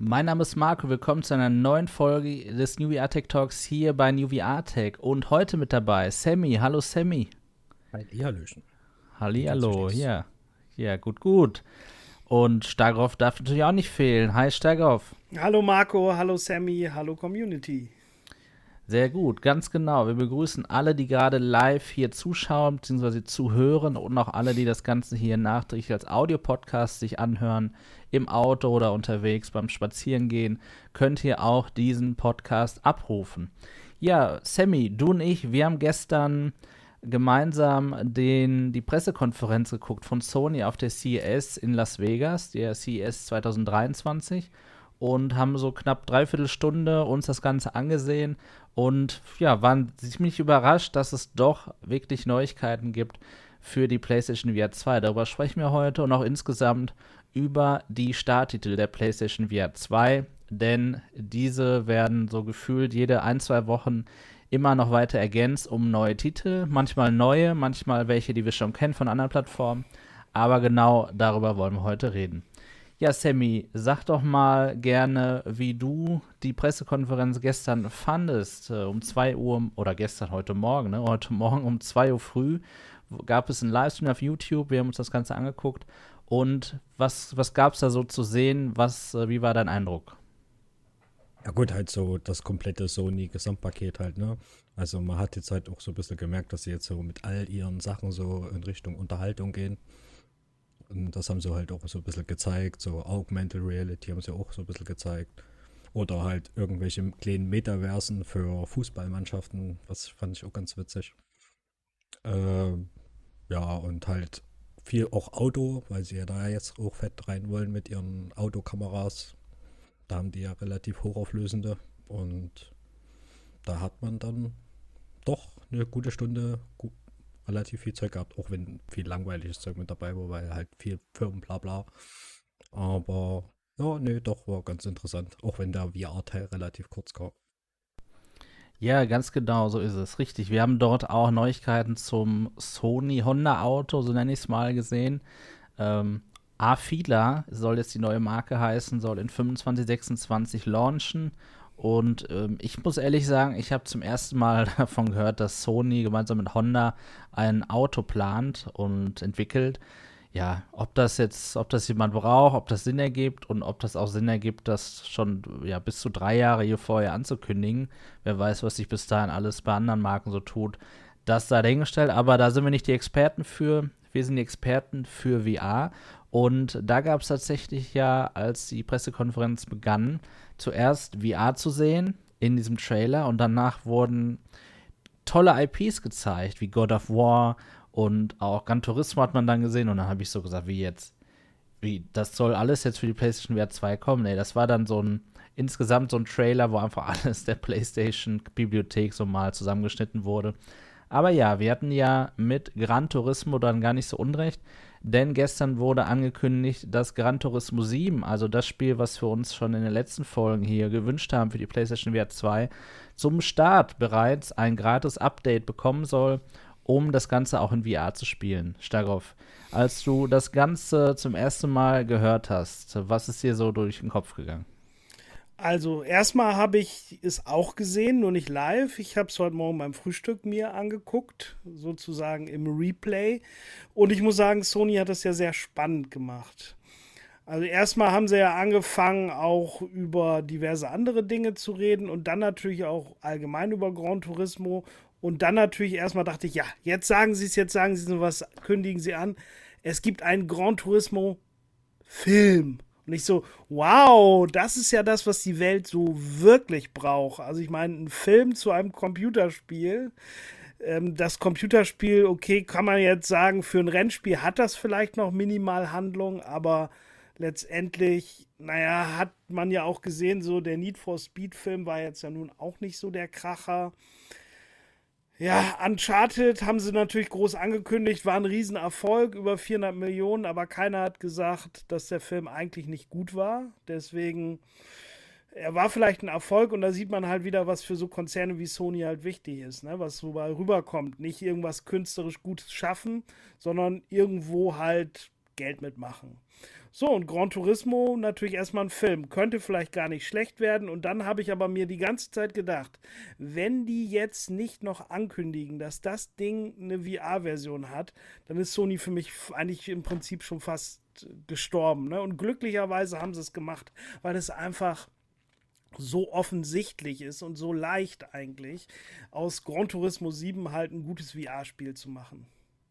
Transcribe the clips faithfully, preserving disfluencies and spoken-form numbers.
Mein Name ist Marco, willkommen zu einer neuen Folge des New V R Tech Talks hier bei New V R Tech. Und heute mit dabei Sammy. Hallo Sammy. Hallihallöchen. Hallihallo, ja. Ja, gut, gut. Und Stagroff darf natürlich auch nicht fehlen. Hi Stagroff. Hallo Marco, hallo Sammy, hallo Community. Sehr gut, ganz genau. Wir begrüßen alle, die gerade live hier zuschauen bzw. zuhören und auch alle, die das Ganze hier nachträglich als Audiopodcast sich anhören, im Auto oder unterwegs beim Spazierengehen, könnt ihr auch diesen Podcast abrufen. Ja, Sammy, du und ich, wir haben gestern gemeinsam den, die Pressekonferenz geguckt von Sony auf der C E S in Las Vegas, der C E S zwanzig dreiundzwanzig. Und haben so knapp dreiviertel Stunde uns das Ganze angesehen und ja, waren ziemlich überrascht, dass es doch wirklich Neuigkeiten gibt für die PlayStation V R zwei. Darüber sprechen wir heute und auch insgesamt über die Starttitel der PlayStation V R zwei, denn diese werden so gefühlt jede ein, zwei Wochen immer noch weiter ergänzt um neue Titel, manchmal neue, manchmal welche, die wir schon kennen von anderen Plattformen, aber genau darüber wollen wir heute reden. Ja, Sammy, sag doch mal gerne, wie du die Pressekonferenz gestern fandest. Äh, um zwei Uhr, oder gestern, heute Morgen, ne? Heute Morgen um zwei Uhr früh gab es einen Livestream auf YouTube. Wir haben uns das Ganze angeguckt. Und was, was gab es da so zu sehen? Was, äh, wie war dein Eindruck? Ja gut, halt so das komplette Sony-Gesamtpaket halt, ne? Also man hat jetzt halt auch so ein bisschen gemerkt, dass sie jetzt so mit all ihren Sachen so in Richtung Unterhaltung gehen. Und das haben sie halt auch so ein bisschen gezeigt, so Augmented Reality haben sie auch so ein bisschen gezeigt. Oder halt irgendwelche kleinen Metaversen für Fußballmannschaften, was fand ich auch ganz witzig. Ähm, ja, und halt viel auch Auto, weil sie ja da jetzt auch fett rein wollen mit ihren Autokameras. Da haben die ja relativ hochauflösende und da hat man dann doch eine gute Stunde gut relativ viel Zeug gehabt, auch wenn viel langweiliges Zeug mit dabei war, weil halt viel Firmen bla bla. Aber ja, nee, doch, war ganz interessant, auch wenn der V R-Teil relativ kurz kam. Ja, ganz genau, so ist es. Richtig. Wir haben dort auch Neuigkeiten zum Sony Honda-Auto, so nenne ich es mal, gesehen. Ähm, Afeela soll jetzt die neue Marke heißen, soll in fünfundzwanzig, sechsundzwanzig launchen. Und ähm, ich muss ehrlich sagen, ich habe zum ersten Mal davon gehört, dass Sony gemeinsam mit Honda ein Auto plant und entwickelt. Ja, ob das jetzt, ob das jemand braucht, ob das Sinn ergibt und ob das auch Sinn ergibt, das schon ja, bis zu drei Jahre hier vorher anzukündigen. Wer weiß, was sich bis dahin alles bei anderen Marken so tut. Das sei dahingestellt, aber da sind wir nicht die Experten für. Wir sind die Experten für V R. Und da gab es tatsächlich ja, als die Pressekonferenz begann, zuerst V R zu sehen in diesem Trailer und danach wurden tolle I Ps gezeigt, wie God of War und auch Gran Turismo hat man dann gesehen und dann habe ich so gesagt, wie jetzt, wie, das soll alles jetzt für die PlayStation V R zwei kommen? Nee, das war dann so ein, insgesamt so ein Trailer, wo einfach alles der PlayStation-Bibliothek so mal zusammengeschnitten wurde. Aber ja, wir hatten ja mit Gran Turismo dann gar nicht so unrecht, denn gestern wurde angekündigt, dass Gran Turismo sieben, also das Spiel, was wir uns schon in den letzten Folgen hier gewünscht haben für die PlayStation V R zwei, zum Start bereits ein gratis Update bekommen soll, um das Ganze auch in V R zu spielen. Stagroff, als du das Ganze zum ersten Mal gehört hast, was ist dir so durch den Kopf gegangen? Also erstmal habe ich es auch gesehen, nur nicht live. Ich habe es heute Morgen beim Frühstück mir angeguckt, sozusagen im Replay. Und ich muss sagen, Sony hat das ja sehr spannend gemacht. Also erstmal haben sie ja angefangen, auch über diverse andere Dinge zu reden und dann natürlich auch allgemein über Gran Turismo. Und dann natürlich erstmal dachte ich, ja, jetzt sagen sie es, jetzt sagen sie es, was kündigen sie an. Es gibt einen Gran Turismo Film. Und ich so, wow, das ist ja das, was die Welt so wirklich braucht. Also ich meine, ein Film zu einem Computerspiel. Ähm, das Computerspiel, okay, kann man jetzt sagen, für ein Rennspiel hat das vielleicht noch minimal Handlung, aber letztendlich, naja, hat man ja auch gesehen, so der Need for Speed Film war jetzt ja nun auch nicht so der Kracher. Ja, Uncharted haben sie natürlich groß angekündigt, war ein Riesenerfolg, über vierhundert Millionen, aber keiner hat gesagt, dass der Film eigentlich nicht gut war. Deswegen, er war vielleicht ein Erfolg und da sieht man halt wieder, was für so Konzerne wie Sony halt wichtig ist, ne? Was so bei rüberkommt. Nicht irgendwas künstlerisch Gutes schaffen, sondern irgendwo halt Geld mitmachen. So, und Gran Turismo natürlich erstmal ein Film. Könnte vielleicht gar nicht schlecht werden. Und dann habe ich aber mir die ganze Zeit gedacht, wenn die jetzt nicht noch ankündigen, dass das Ding eine V R-Version hat, dann ist Sony für mich eigentlich im Prinzip schon fast gestorben. Ne? Und glücklicherweise haben sie es gemacht, weil es einfach so offensichtlich ist und so leicht eigentlich, aus Gran Turismo sieben halt ein gutes V R-Spiel zu machen.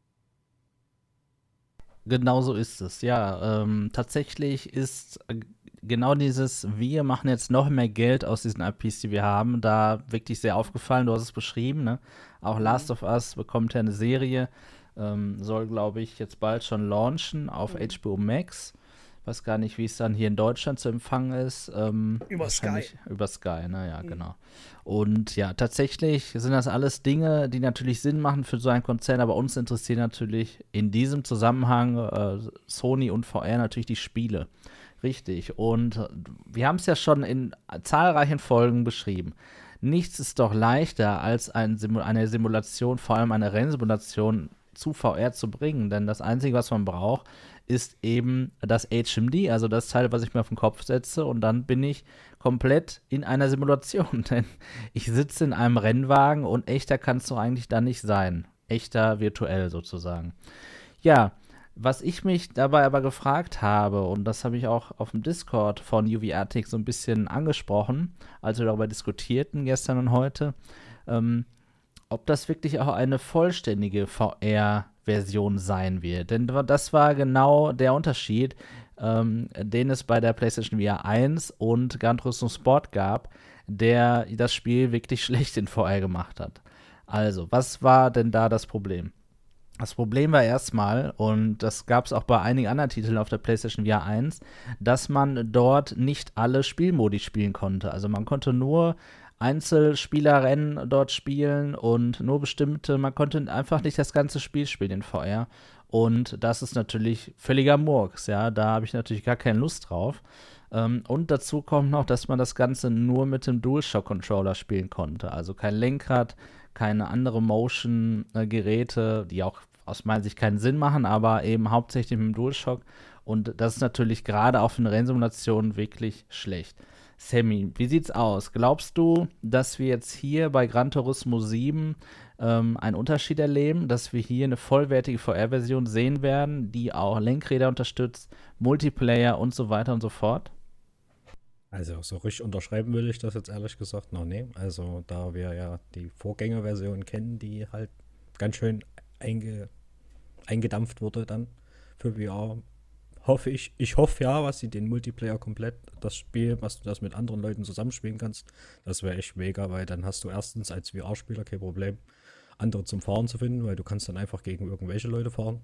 Genau so ist es, ja. Ähm, tatsächlich ist äh, genau dieses, wir machen jetzt noch mehr Geld aus diesen I Ps, die wir haben, da wirklich sehr aufgefallen. Du hast es beschrieben, ne? Auch Last of Us bekommt ja eine Serie, ähm, soll, glaube ich, jetzt bald schon launchen auf Mhm. H B O Max. Weiß gar nicht, wie es dann hier in Deutschland zu empfangen ist. Ähm, Über Sky. wahrscheinlich Über Sky, naja, Mhm. genau. Und ja, tatsächlich sind das alles Dinge, die natürlich Sinn machen für so einen Konzern, aber uns interessieren natürlich in diesem Zusammenhang äh, Sony und V R natürlich die Spiele. Richtig. Und äh, wir haben es ja schon in zahlreichen Folgen beschrieben. Nichts ist doch leichter, als ein Simu eine Simulation, vor allem eine Rennsimulation, zu V R zu bringen. Denn das Einzige, was man braucht, ist eben das H M D, also das Teil, was ich mir auf den Kopf setze, und dann bin ich komplett in einer Simulation. Denn ich sitze in einem Rennwagen und echter kann es doch eigentlich dann nicht sein. Echter virtuell sozusagen. Ja, was ich mich dabei aber gefragt habe, und das habe ich auch auf dem Discord von U V Arctic so ein bisschen angesprochen, als wir darüber diskutierten gestern und heute, ähm, ob das wirklich auch eine vollständige V R-Version sein wird. Denn das war genau der Unterschied, ähm, den es bei der PlayStation V R eins und Gran Turismo Sport gab, der das Spiel wirklich schlecht in V R gemacht hat. Also, was war denn da das Problem? Das Problem war erstmal, und das gab es auch bei einigen anderen Titeln auf der PlayStation V R eins, dass man dort nicht alle Spielmodi spielen konnte. Also man konnte nur Einzelspielerrennen dort spielen und nur bestimmte, man konnte einfach nicht das ganze Spiel spielen in V R. Und das ist natürlich völliger Murks, ja, da habe ich natürlich gar keine Lust drauf. Ähm, und dazu kommt noch, dass man das Ganze nur mit dem DualShock-Controller spielen konnte. Also kein Lenkrad, keine andere Motion-Geräte, die auch aus meiner Sicht keinen Sinn machen, aber eben hauptsächlich mit dem DualShock. Und das ist natürlich gerade auch für eine Rennsimulation wirklich schlecht. Sammy, wie sieht's aus? Glaubst du, dass wir jetzt hier bei Gran Turismo sieben ähm, einen Unterschied erleben, dass wir hier eine vollwertige V R-Version sehen werden, die auch Lenkräder unterstützt, Multiplayer und so weiter und so fort? Also so richtig unterschreiben will ich das jetzt ehrlich gesagt noch nicht. Also da wir ja die Vorgängerversion kennen, die halt ganz schön einge, eingedampft wurde dann für V R, hoffe ich, ich hoffe ja, was sie den Multiplayer komplett, das Spiel, was du das mit anderen Leuten zusammenspielen kannst, das wäre echt mega, weil dann hast du erstens als V R-Spieler kein Problem, andere zum Fahren zu finden, weil du kannst dann einfach gegen irgendwelche Leute fahren.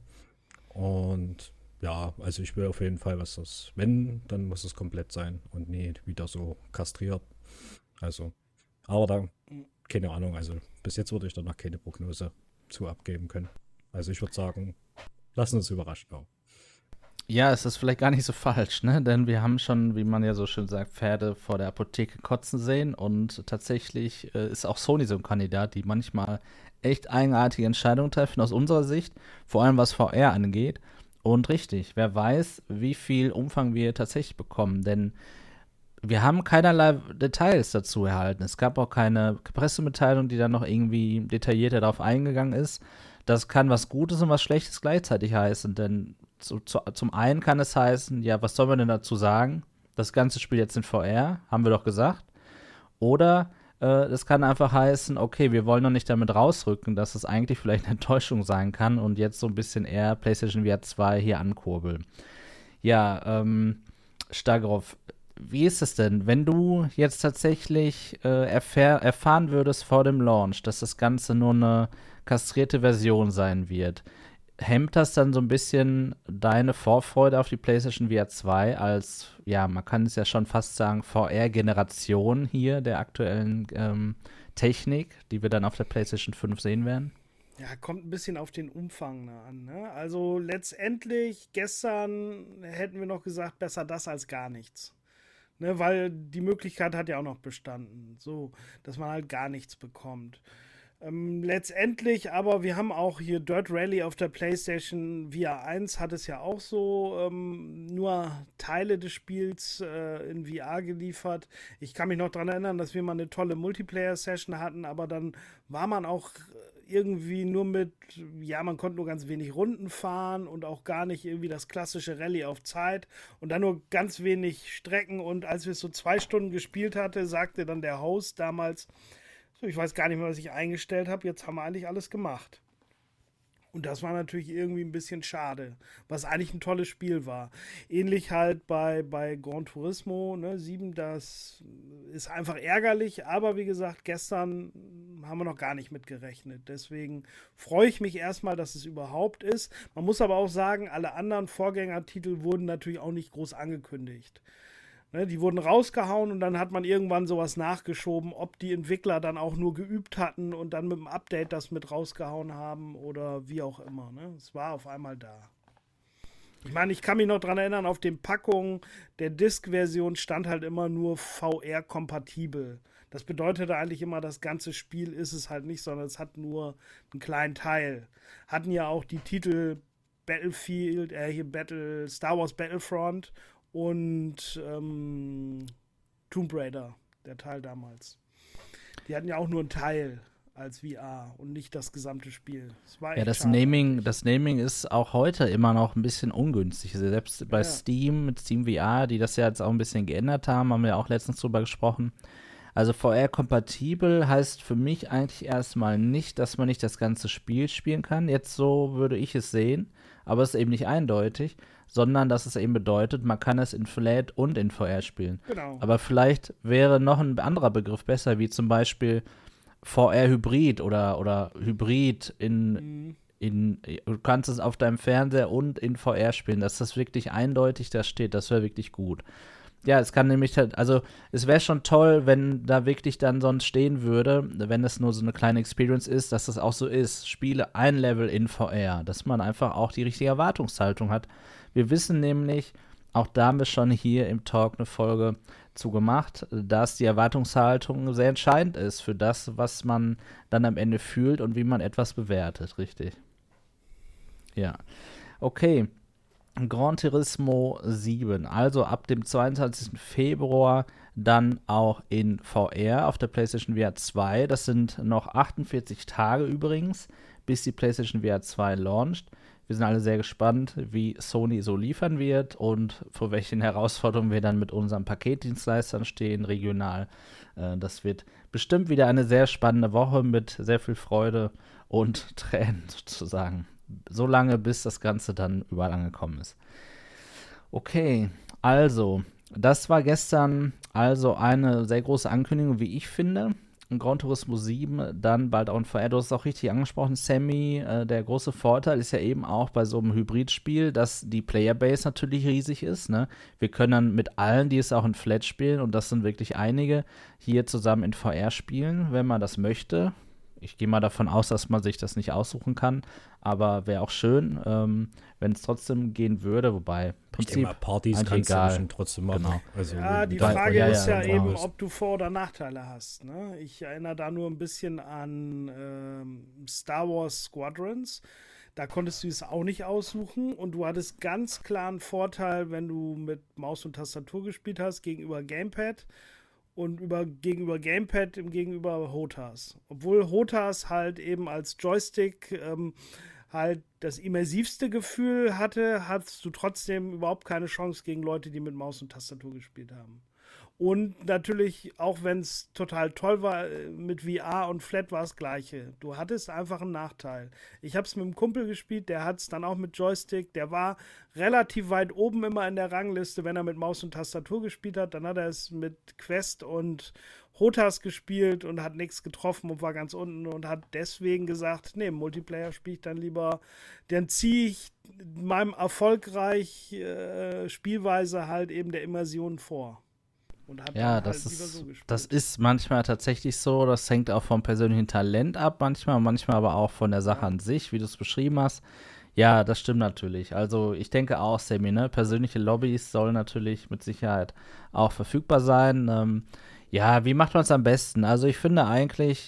Und ja, also ich will auf jeden Fall, was das, wenn, dann muss es komplett sein und nicht wieder so kastriert. Also, aber da, keine Ahnung, also bis jetzt würde ich da noch keine Prognose zu abgeben können. Also ich würde sagen, lassen uns überraschen auch. Ja, es ist vielleicht gar nicht so falsch, ne? Denn wir haben schon, wie man ja so schön sagt, Pferde vor der Apotheke kotzen sehen. Und tatsächlich äh, ist auch Sony so ein Kandidat, die manchmal echt eigenartige Entscheidungen treffen aus unserer Sicht, vor allem was V R angeht. Und richtig, wer weiß, wie viel Umfang wir tatsächlich bekommen. Denn wir haben keinerlei Details dazu erhalten. Es gab auch keine Pressemitteilung, die dann noch irgendwie detaillierter darauf eingegangen ist. Das kann was Gutes und was Schlechtes gleichzeitig heißen, denn zu, zu, zum einen kann es heißen, ja, was soll man denn dazu sagen? Das ganze Spiel jetzt in V R, haben wir doch gesagt. Oder äh, es kann einfach heißen, okay, wir wollen noch nicht damit rausrücken, dass es eigentlich vielleicht eine Enttäuschung sein kann und jetzt so ein bisschen eher PlayStation V R zwei hier ankurbeln. Ja, ähm, Stagroff, wie ist es denn, wenn du jetzt tatsächlich äh, erfahr erfahren würdest vor dem Launch, dass das Ganze nur eine kastrierte Version sein wird? Hemmt das dann so ein bisschen deine Vorfreude auf die PlayStation V R zwei als, ja, man kann es ja schon fast sagen, V R-Generation hier der aktuellen ähm, Technik, die wir dann auf der PlayStation fünf sehen werden? Ja, kommt ein bisschen auf den Umfang an. Ne? Also letztendlich, gestern hätten wir noch gesagt, besser das als gar nichts. Ne, weil die Möglichkeit hat ja auch noch bestanden, so, dass man halt gar nichts bekommt. Ähm, letztendlich, aber wir haben auch hier Dirt Rally auf der PlayStation V R eins, hat es ja auch so ähm, nur Teile des Spiels äh, in V R geliefert. Ich kann mich noch daran erinnern, dass wir mal eine tolle Multiplayer-Session hatten, aber dann war man auch irgendwie nur mit, ja, man konnte nur ganz wenig Runden fahren und auch gar nicht irgendwie das klassische Rallye auf Zeit und dann nur ganz wenig Strecken. Und als wir es so zwei Stunden gespielt hatte, sagte dann der Host damals, ich weiß gar nicht mehr, was ich eingestellt habe. Jetzt haben wir eigentlich alles gemacht. Und das war natürlich irgendwie ein bisschen schade, was eigentlich ein tolles Spiel war. Ähnlich halt bei, bei Gran Turismo ne, sieben, das ist einfach ärgerlich. Aber wie gesagt, gestern haben wir noch gar nicht mit gerechnet. Deswegen freue ich mich erstmal, dass es überhaupt ist. Man muss aber auch sagen, alle anderen Vorgängertitel wurden natürlich auch nicht groß angekündigt. Ne, die wurden rausgehauen und dann hat man irgendwann sowas nachgeschoben, ob die Entwickler dann auch nur geübt hatten und dann mit dem Update das mit rausgehauen haben oder wie auch immer. Ne? Es war auf einmal da. Ich meine, ich kann mich noch dran erinnern, auf den Packungen der Disk-Version stand halt immer nur V R-kompatibel. Das bedeutete eigentlich immer, das ganze Spiel ist es halt nicht, sondern es hat nur einen kleinen Teil. Hatten ja auch die Titel Battlefield, äh, hier Battle, Star Wars Battlefront und ähm, Tomb Raider, der Teil damals. Die hatten ja auch nur einen Teil als V R und nicht das gesamte Spiel. Das war ja, echt das schade. Naming, das Naming ist auch heute immer noch ein bisschen ungünstig. Also selbst bei Ja. Steam, mit Steam V R, die das ja jetzt auch ein bisschen geändert haben, haben wir ja auch letztens drüber gesprochen. Also V R-kompatibel heißt für mich eigentlich erstmal nicht, dass man nicht das ganze Spiel spielen kann. Jetzt so würde ich es sehen, aber es ist eben nicht eindeutig, sondern dass es eben bedeutet, man kann es in Flat und in V R spielen. Genau. Aber vielleicht wäre noch ein anderer Begriff besser, wie zum Beispiel V R-Hybrid oder, oder Hybrid in, Mhm. in, du kannst es auf deinem Fernseher und in V R spielen, dass das wirklich eindeutig da steht, das wäre wirklich gut. Ja, es kann nämlich, halt- also es wäre schon toll, wenn da wirklich dann sonst stehen würde, wenn es nur so eine kleine Experience ist, dass das auch so ist. Spiele ein Level in V R, dass man einfach auch die richtige Erwartungshaltung hat. Wir wissen nämlich, auch da haben wir schon hier im Talk eine Folge zu gemacht, dass die Erwartungshaltung sehr entscheidend ist für das, was man dann am Ende fühlt und wie man etwas bewertet, richtig? Ja. Okay. Gran Turismo sieben, also ab dem zweiundzwanzigsten Februar dann auch in V R auf der PlayStation V R zwei. Das sind noch achtundvierzig Tage übrigens, bis die PlayStation V R zwei launcht. Wir sind alle sehr gespannt, wie Sony so liefern wird und vor welchen Herausforderungen wir dann mit unseren Paketdienstleistern stehen, regional. Äh, das wird bestimmt wieder eine sehr spannende Woche mit sehr viel Freude und Tränen sozusagen. So lange, bis das Ganze dann überall angekommen ist. Okay, also, das war gestern also eine sehr große Ankündigung, wie ich finde. Gran Turismo sieben, dann bald auch in V R. Du hast es auch richtig angesprochen, Sammy. Äh, der große Vorteil ist ja eben auch bei so einem Hybridspiel, dass die Playerbase natürlich riesig ist. Ne? Wir können dann mit allen, die es auch in Flat spielen, und das sind wirklich einige, hier zusammen in V R spielen, wenn man das möchte. Ich gehe mal davon aus, dass man sich das nicht aussuchen kann, aber wäre auch schön, ähm, wenn es trotzdem gehen würde, wobei im Ich Prinzip denke mal, Partys eigentlich kannst du egal. bestimmt trotzdem machen. Genau. Also, Ja, die da- Frage ja, ist ja, ja genau. eben, ob du Vor- oder Nachteile hast. Ne? Ich erinnere da nur ein bisschen an ähm, Star Wars Squadrons. Da konntest du es auch nicht aussuchen und du hattest ganz klaren Vorteil, wenn du mit Maus und Tastatur gespielt hast, gegenüber Gamepad und über, gegenüber Gamepad im gegenüber Hotas. Obwohl Hotas halt eben als Joystick ähm, halt das immersivste Gefühl hatte, hattest du trotzdem überhaupt keine Chance gegen Leute, die mit Maus und Tastatur gespielt haben. Und natürlich, auch wenn es total toll war, mit V R und Flat war es gleiche. Du hattest einfach einen Nachteil. Ich habe es mit einem Kumpel gespielt, der hat es dann auch mit Joystick. Der war relativ weit oben immer in der Rangliste, wenn er mit Maus und Tastatur gespielt hat. Dann hat er es mit Quest und Hotas gespielt und hat nichts getroffen und war ganz unten und hat deswegen gesagt, nee, Multiplayer spiele ich dann lieber, dann ziehe ich meinem erfolgreich äh, Spielweise halt eben der Immersion vor. Und hat Ja, dann das halt lieber ist, so gespielt. das ist manchmal tatsächlich so. Das hängt auch vom persönlichen Talent ab, manchmal, manchmal aber auch von der Sache Ja. an sich, wie du es beschrieben hast. Ja, das stimmt natürlich. Also ich denke auch, Sammy, ne? Persönliche Lobbys sollen natürlich mit Sicherheit auch verfügbar sein. Ähm, ja, wie macht man es am besten? Also ich finde eigentlich,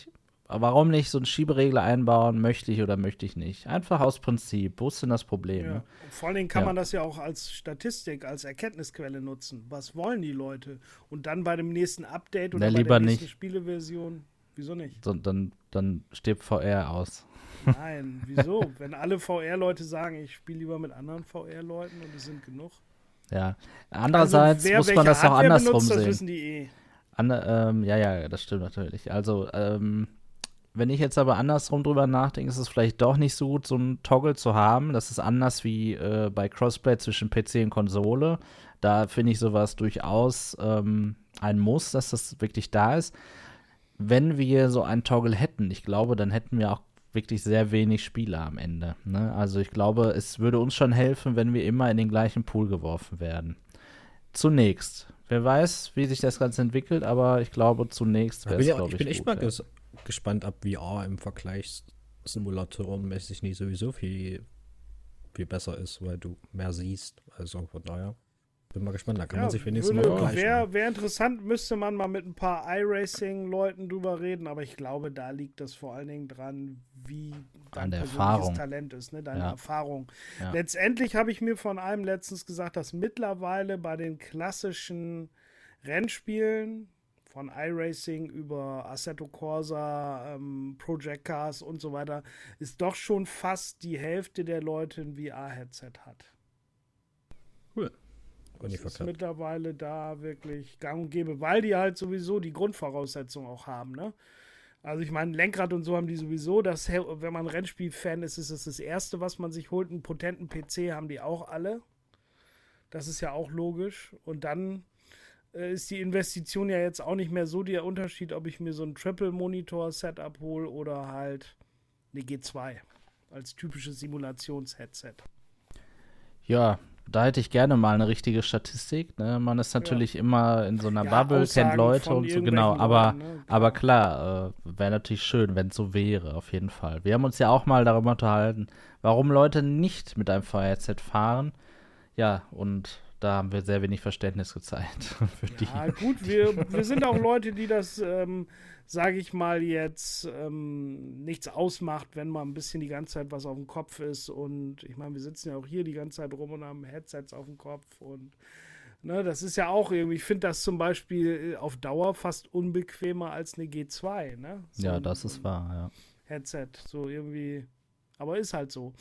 warum nicht so einen Schieberegler einbauen, möchte ich oder möchte ich nicht. Einfach aus Prinzip. Wo ist denn das Problem? Ja. Ne? Vor allen Dingen kann Ja. man das ja auch als Statistik, als Erkenntnisquelle nutzen. Was wollen die Leute? Und dann bei dem nächsten Update oder Na, bei lieber der nächsten nicht. Spieleversion, wieso nicht? So, dann, dann stirbt V R aus. Nein, wieso? Wenn alle V R-Leute sagen, ich spiele lieber mit anderen V R-Leuten und es sind genug. Ja. Andererseits also, wer muss man welche das auch Hardware andersrum benutzt, das sehen. wissen die eh. An, ähm, ja, ja, das stimmt natürlich. Also, ähm, wenn ich jetzt aber andersrum drüber nachdenke, ist es vielleicht doch nicht so gut, so einen Toggle zu haben. Das ist anders wie äh, bei Crossplay zwischen P C und Konsole. Da finde ich sowas durchaus ähm, ein Muss, dass das wirklich da ist. Wenn wir so einen Toggle hätten, ich glaube, dann hätten wir auch wirklich sehr wenig Spieler am Ende. Ne? Also ich glaube, es würde uns schon helfen, wenn wir immer in den gleichen Pool geworfen werden. Zunächst. Wer weiß, wie sich das Ganze entwickelt, aber ich glaube, zunächst wäre es, Ja, glaube ich ich, bin echt gut, mal ja. ges gespannt, ob V R im Vergleich simulatorenmäßig nicht sowieso viel, viel besser ist, weil du mehr siehst. Also von daher bin mal gespannt. Da kann man sich wenigstens würde, mal vergleichen. Wäre wär interessant, müsste man mal mit ein paar iRacing-Leuten drüber reden, aber ich glaube, da liegt das vor allen Dingen dran, wie dein An der persönliches Erfahrung. Talent ist, ne? Deine Ja. Erfahrung. Ja. Letztendlich habe ich mir von einem letztens gesagt, dass mittlerweile bei den klassischen Rennspielen von iRacing über Assetto Corsa, ähm, Project Cars und so weiter, ist doch schon fast die Hälfte der Leute ein V R-Headset hat. Cool. Das nicht ist verkehrt. mittlerweile da wirklich gang und gäbe, weil die halt sowieso die Grundvoraussetzungen auch haben, ne? Also ich meine, Lenkrad und so haben die sowieso, das, wenn man Rennspiel-Fan ist, ist es das Erste, was man sich holt. Einen potenten P C haben die auch alle. Das ist ja auch logisch. Und dann äh, ist die Investition ja jetzt auch nicht mehr so der Unterschied, ob ich mir so ein Triple-Monitor-Setup hole oder halt eine G zwei als typisches Simulations-Headset. Ja, da hätte ich gerne mal eine richtige Statistik. Ne? Man ist natürlich immer in so einer Ja, Bubble, Aussagen kennt Leute von und so, genau. irgendwelchen Aber, Leuten, ne? aber klar, äh, wäre natürlich schön, wenn es so wäre, auf jeden Fall. Wir haben uns ja auch mal darüber unterhalten, warum Leute nicht mit einem V R-Headset fahren. Ja, und da haben wir sehr wenig Verständnis gezeigt für die. Ja, gut, wir, wir sind auch Leute, die das, ähm, sage ich mal, jetzt ähm, nichts ausmacht, wenn mal ein bisschen die ganze Zeit was auf dem Kopf ist. Und ich meine, wir sitzen ja auch hier die ganze Zeit rum und haben Headsets auf dem Kopf. Und ne, das ist ja auch irgendwie, ich finde das zum Beispiel auf Dauer fast unbequemer als eine G zwei. Ne? So Ja, ein- das so ist ein wahr, ja. Headset, so irgendwie. Aber ist halt so.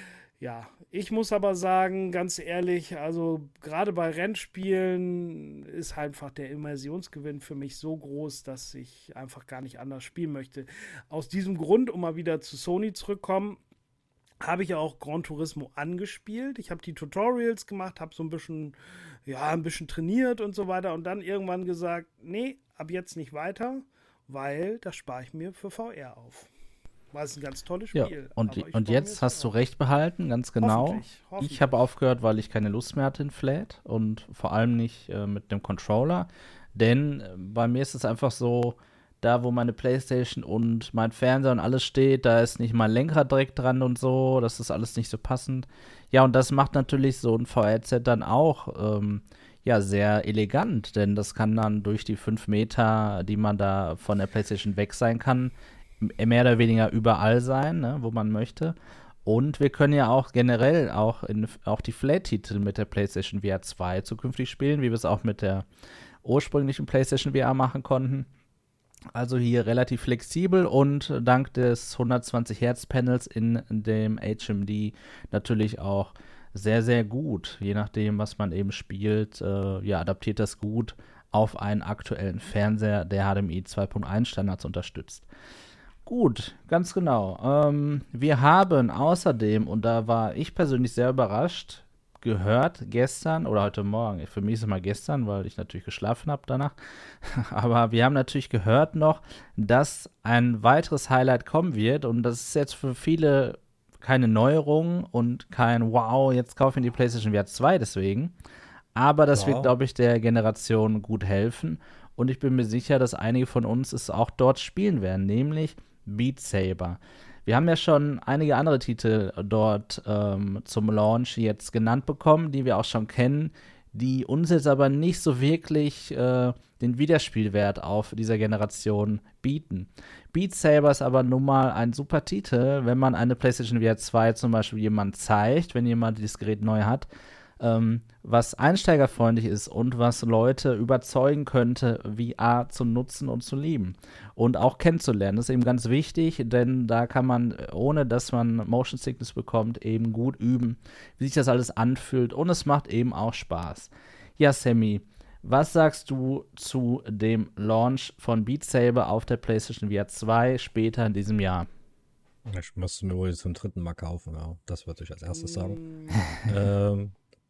Ja, ich muss aber sagen, ganz ehrlich, also gerade bei Rennspielen ist einfach der Immersionsgewinn für mich so groß, dass ich einfach gar nicht anders spielen möchte. Aus diesem Grund, um mal wieder zu Sony zurückzukommen, habe ich ja auch Gran Turismo angespielt. Ich habe die Tutorials gemacht, habe so ein bisschen, ja, ein bisschen trainiert und so weiter und dann irgendwann gesagt, nee, ab jetzt nicht weiter, weil das spare ich mir für V R auf. Weil es ein ganz tolles Ja, Spiel. und, aber ich und freue mich jetzt hast du drauf. recht behalten, ganz genau. Hoffentlich, hoffentlich. Ich habe aufgehört, weil ich keine Lust mehr hatte in Flat und vor allem nicht äh, mit dem Controller. Denn äh, bei mir ist es einfach so, da wo meine Playstation und mein Fernseher und alles steht, da ist nicht mein Lenkrad direkt dran und so, das ist alles nicht so passend. Ja, und das macht natürlich so ein V R-Headset dann auch ähm, ja, sehr elegant, denn das kann dann durch die fünf Meter, die man da von der Playstation weg sein kann, mehr oder weniger überall sein, ne, wo man möchte. Und wir können ja auch generell auch, in, auch die Flat-Titel mit der PlayStation V R zwei zukünftig spielen, wie wir es auch mit der ursprünglichen PlayStation V R machen konnten. Also hier relativ flexibel und dank des hundertzwanzig Hertz Panels in dem H M D natürlich auch sehr, sehr gut. Je nachdem, was man eben spielt, äh, ja, adaptiert das gut auf einen aktuellen Fernseher, der H D M I zwei Punkt eins Standards unterstützt. Gut, ganz genau. Ähm, wir haben außerdem, und da war ich persönlich sehr überrascht, gehört gestern oder heute Morgen, für mich ist es immer gestern, weil ich natürlich geschlafen habe danach, aber wir haben natürlich gehört noch, dass ein weiteres Highlight kommen wird und das ist jetzt für viele keine Neuerung und kein Wow, jetzt kaufen wir die PlayStation V R zwei deswegen, aber das Wow. wird, glaube ich, der Generation gut helfen und ich bin mir sicher, dass einige von uns es auch dort spielen werden, nämlich Beat Saber. Wir haben ja schon einige andere Titel dort ähm, zum Launch jetzt genannt bekommen, die wir auch schon kennen, die uns jetzt aber nicht so wirklich äh, den Wiederspielwert auf dieser Generation bieten. Beat Saber ist aber nun mal ein super Titel, wenn man eine PlayStation V R zwei zum Beispiel jemand zeigt, wenn jemand dieses Gerät neu hat, ähm, was einsteigerfreundlich ist und was Leute überzeugen könnte, V R zu nutzen und zu lieben und auch kennenzulernen. Das ist eben ganz wichtig, denn da kann man, ohne dass man Motion Sickness bekommt, eben gut üben, wie sich das alles anfühlt und es macht eben auch Spaß. Ja, Sammy, was sagst du zu dem Launch von Beat Saber auf der PlayStation V R zwei später in diesem Jahr? Ich muss mir wohl zum dritten Mal kaufen, ja. Das würde ich als erstes sagen. Mm. ähm,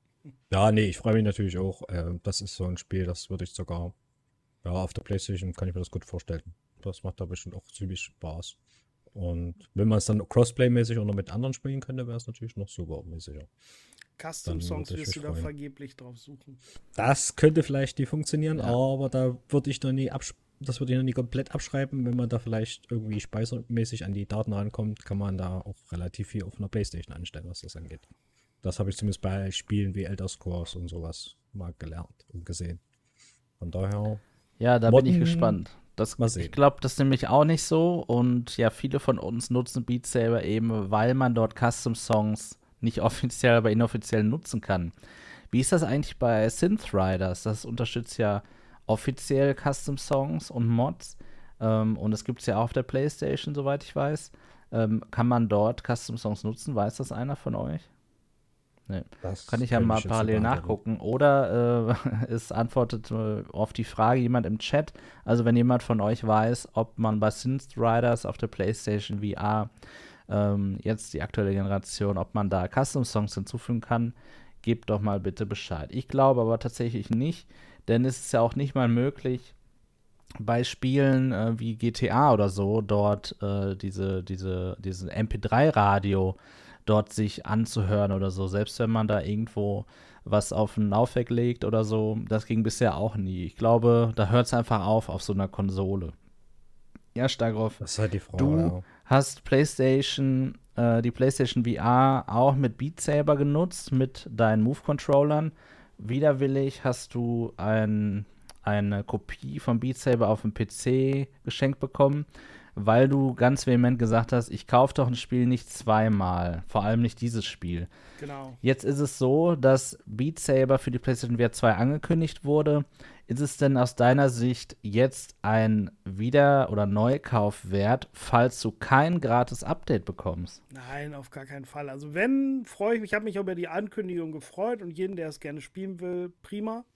ja, nee, ich freue mich natürlich auch. Äh, das ist so ein Spiel, das würde ich sogar, ja, auf der PlayStation kann ich mir das gut vorstellen. Das macht da bestimmt auch ziemlich Spaß. Und wenn man es dann Crossplay-mäßig oder mit anderen spielen könnte, wäre es natürlich noch super mäßiger. Custom-Songs wirst du da vergeblich drauf suchen. Das könnte vielleicht nie funktionieren, ja. Aber da würde ich noch nie absch- das würde ich noch nie komplett abschreiben. Wenn man da vielleicht irgendwie speichermäßig an die Daten rankommt, kann man da auch relativ viel auf einer PlayStation anstellen, was das angeht. Das habe ich zumindest bei Spielen wie Elder Scrolls und sowas mal gelernt und gesehen. Von daher. Ja, da Modden, bin ich gespannt. Das, mal sehen. Ich glaube, das ist nämlich auch nicht so. Und ja, viele von uns nutzen Beat Saber eben, weil man dort Custom-Songs nicht offiziell, aber inoffiziell nutzen kann. Wie ist das eigentlich bei Synth Riders? Das unterstützt ja offiziell Custom-Songs und Mods. Ähm, und es gibt es ja auch auf der PlayStation, soweit ich weiß. Ähm, kann man dort Custom-Songs nutzen? Weiß das einer von euch? Nee. Das kann ich ja mal parallel nachgucken. Oder äh, es antwortet äh, auf die Frage jemand im Chat. Also wenn jemand von euch weiß, ob man bei Synth Riders auf der PlayStation V R ähm, jetzt die aktuelle Generation, ob man da Custom-Songs hinzufügen kann, gebt doch mal bitte Bescheid. Ich glaube aber tatsächlich nicht, denn es ist ja auch nicht mal möglich, bei Spielen äh, wie G T A oder so dort äh, diese, diese, diese M P drei Radio dort sich anzuhören oder so, selbst wenn man da irgendwo was auf ein Laufwerk legt oder so, das ging bisher auch nie. Ich glaube, da hört es einfach auf auf so einer Konsole. Ja, Stagroff, das ist halt die Frage, du ja. hast PlayStation, äh, die PlayStation V R auch mit Beat Saber genutzt, mit deinen Move-Controllern. Widerwillig hast du ein, eine Kopie von Beat Saber auf dem P C geschenkt bekommen, weil du ganz vehement gesagt hast, ich kaufe doch ein Spiel nicht zweimal, vor allem nicht dieses Spiel. Genau. Jetzt ist es so, dass Beat Saber für die PlayStation V R zwei angekündigt wurde. Ist es denn aus deiner Sicht jetzt ein Wieder- oder Neukauf wert, falls du kein gratis Update bekommst? Nein, auf gar keinen Fall. Also wenn, freue ich mich, ich habe mich über die Ankündigung gefreut und jeden, der es gerne spielen will, prima.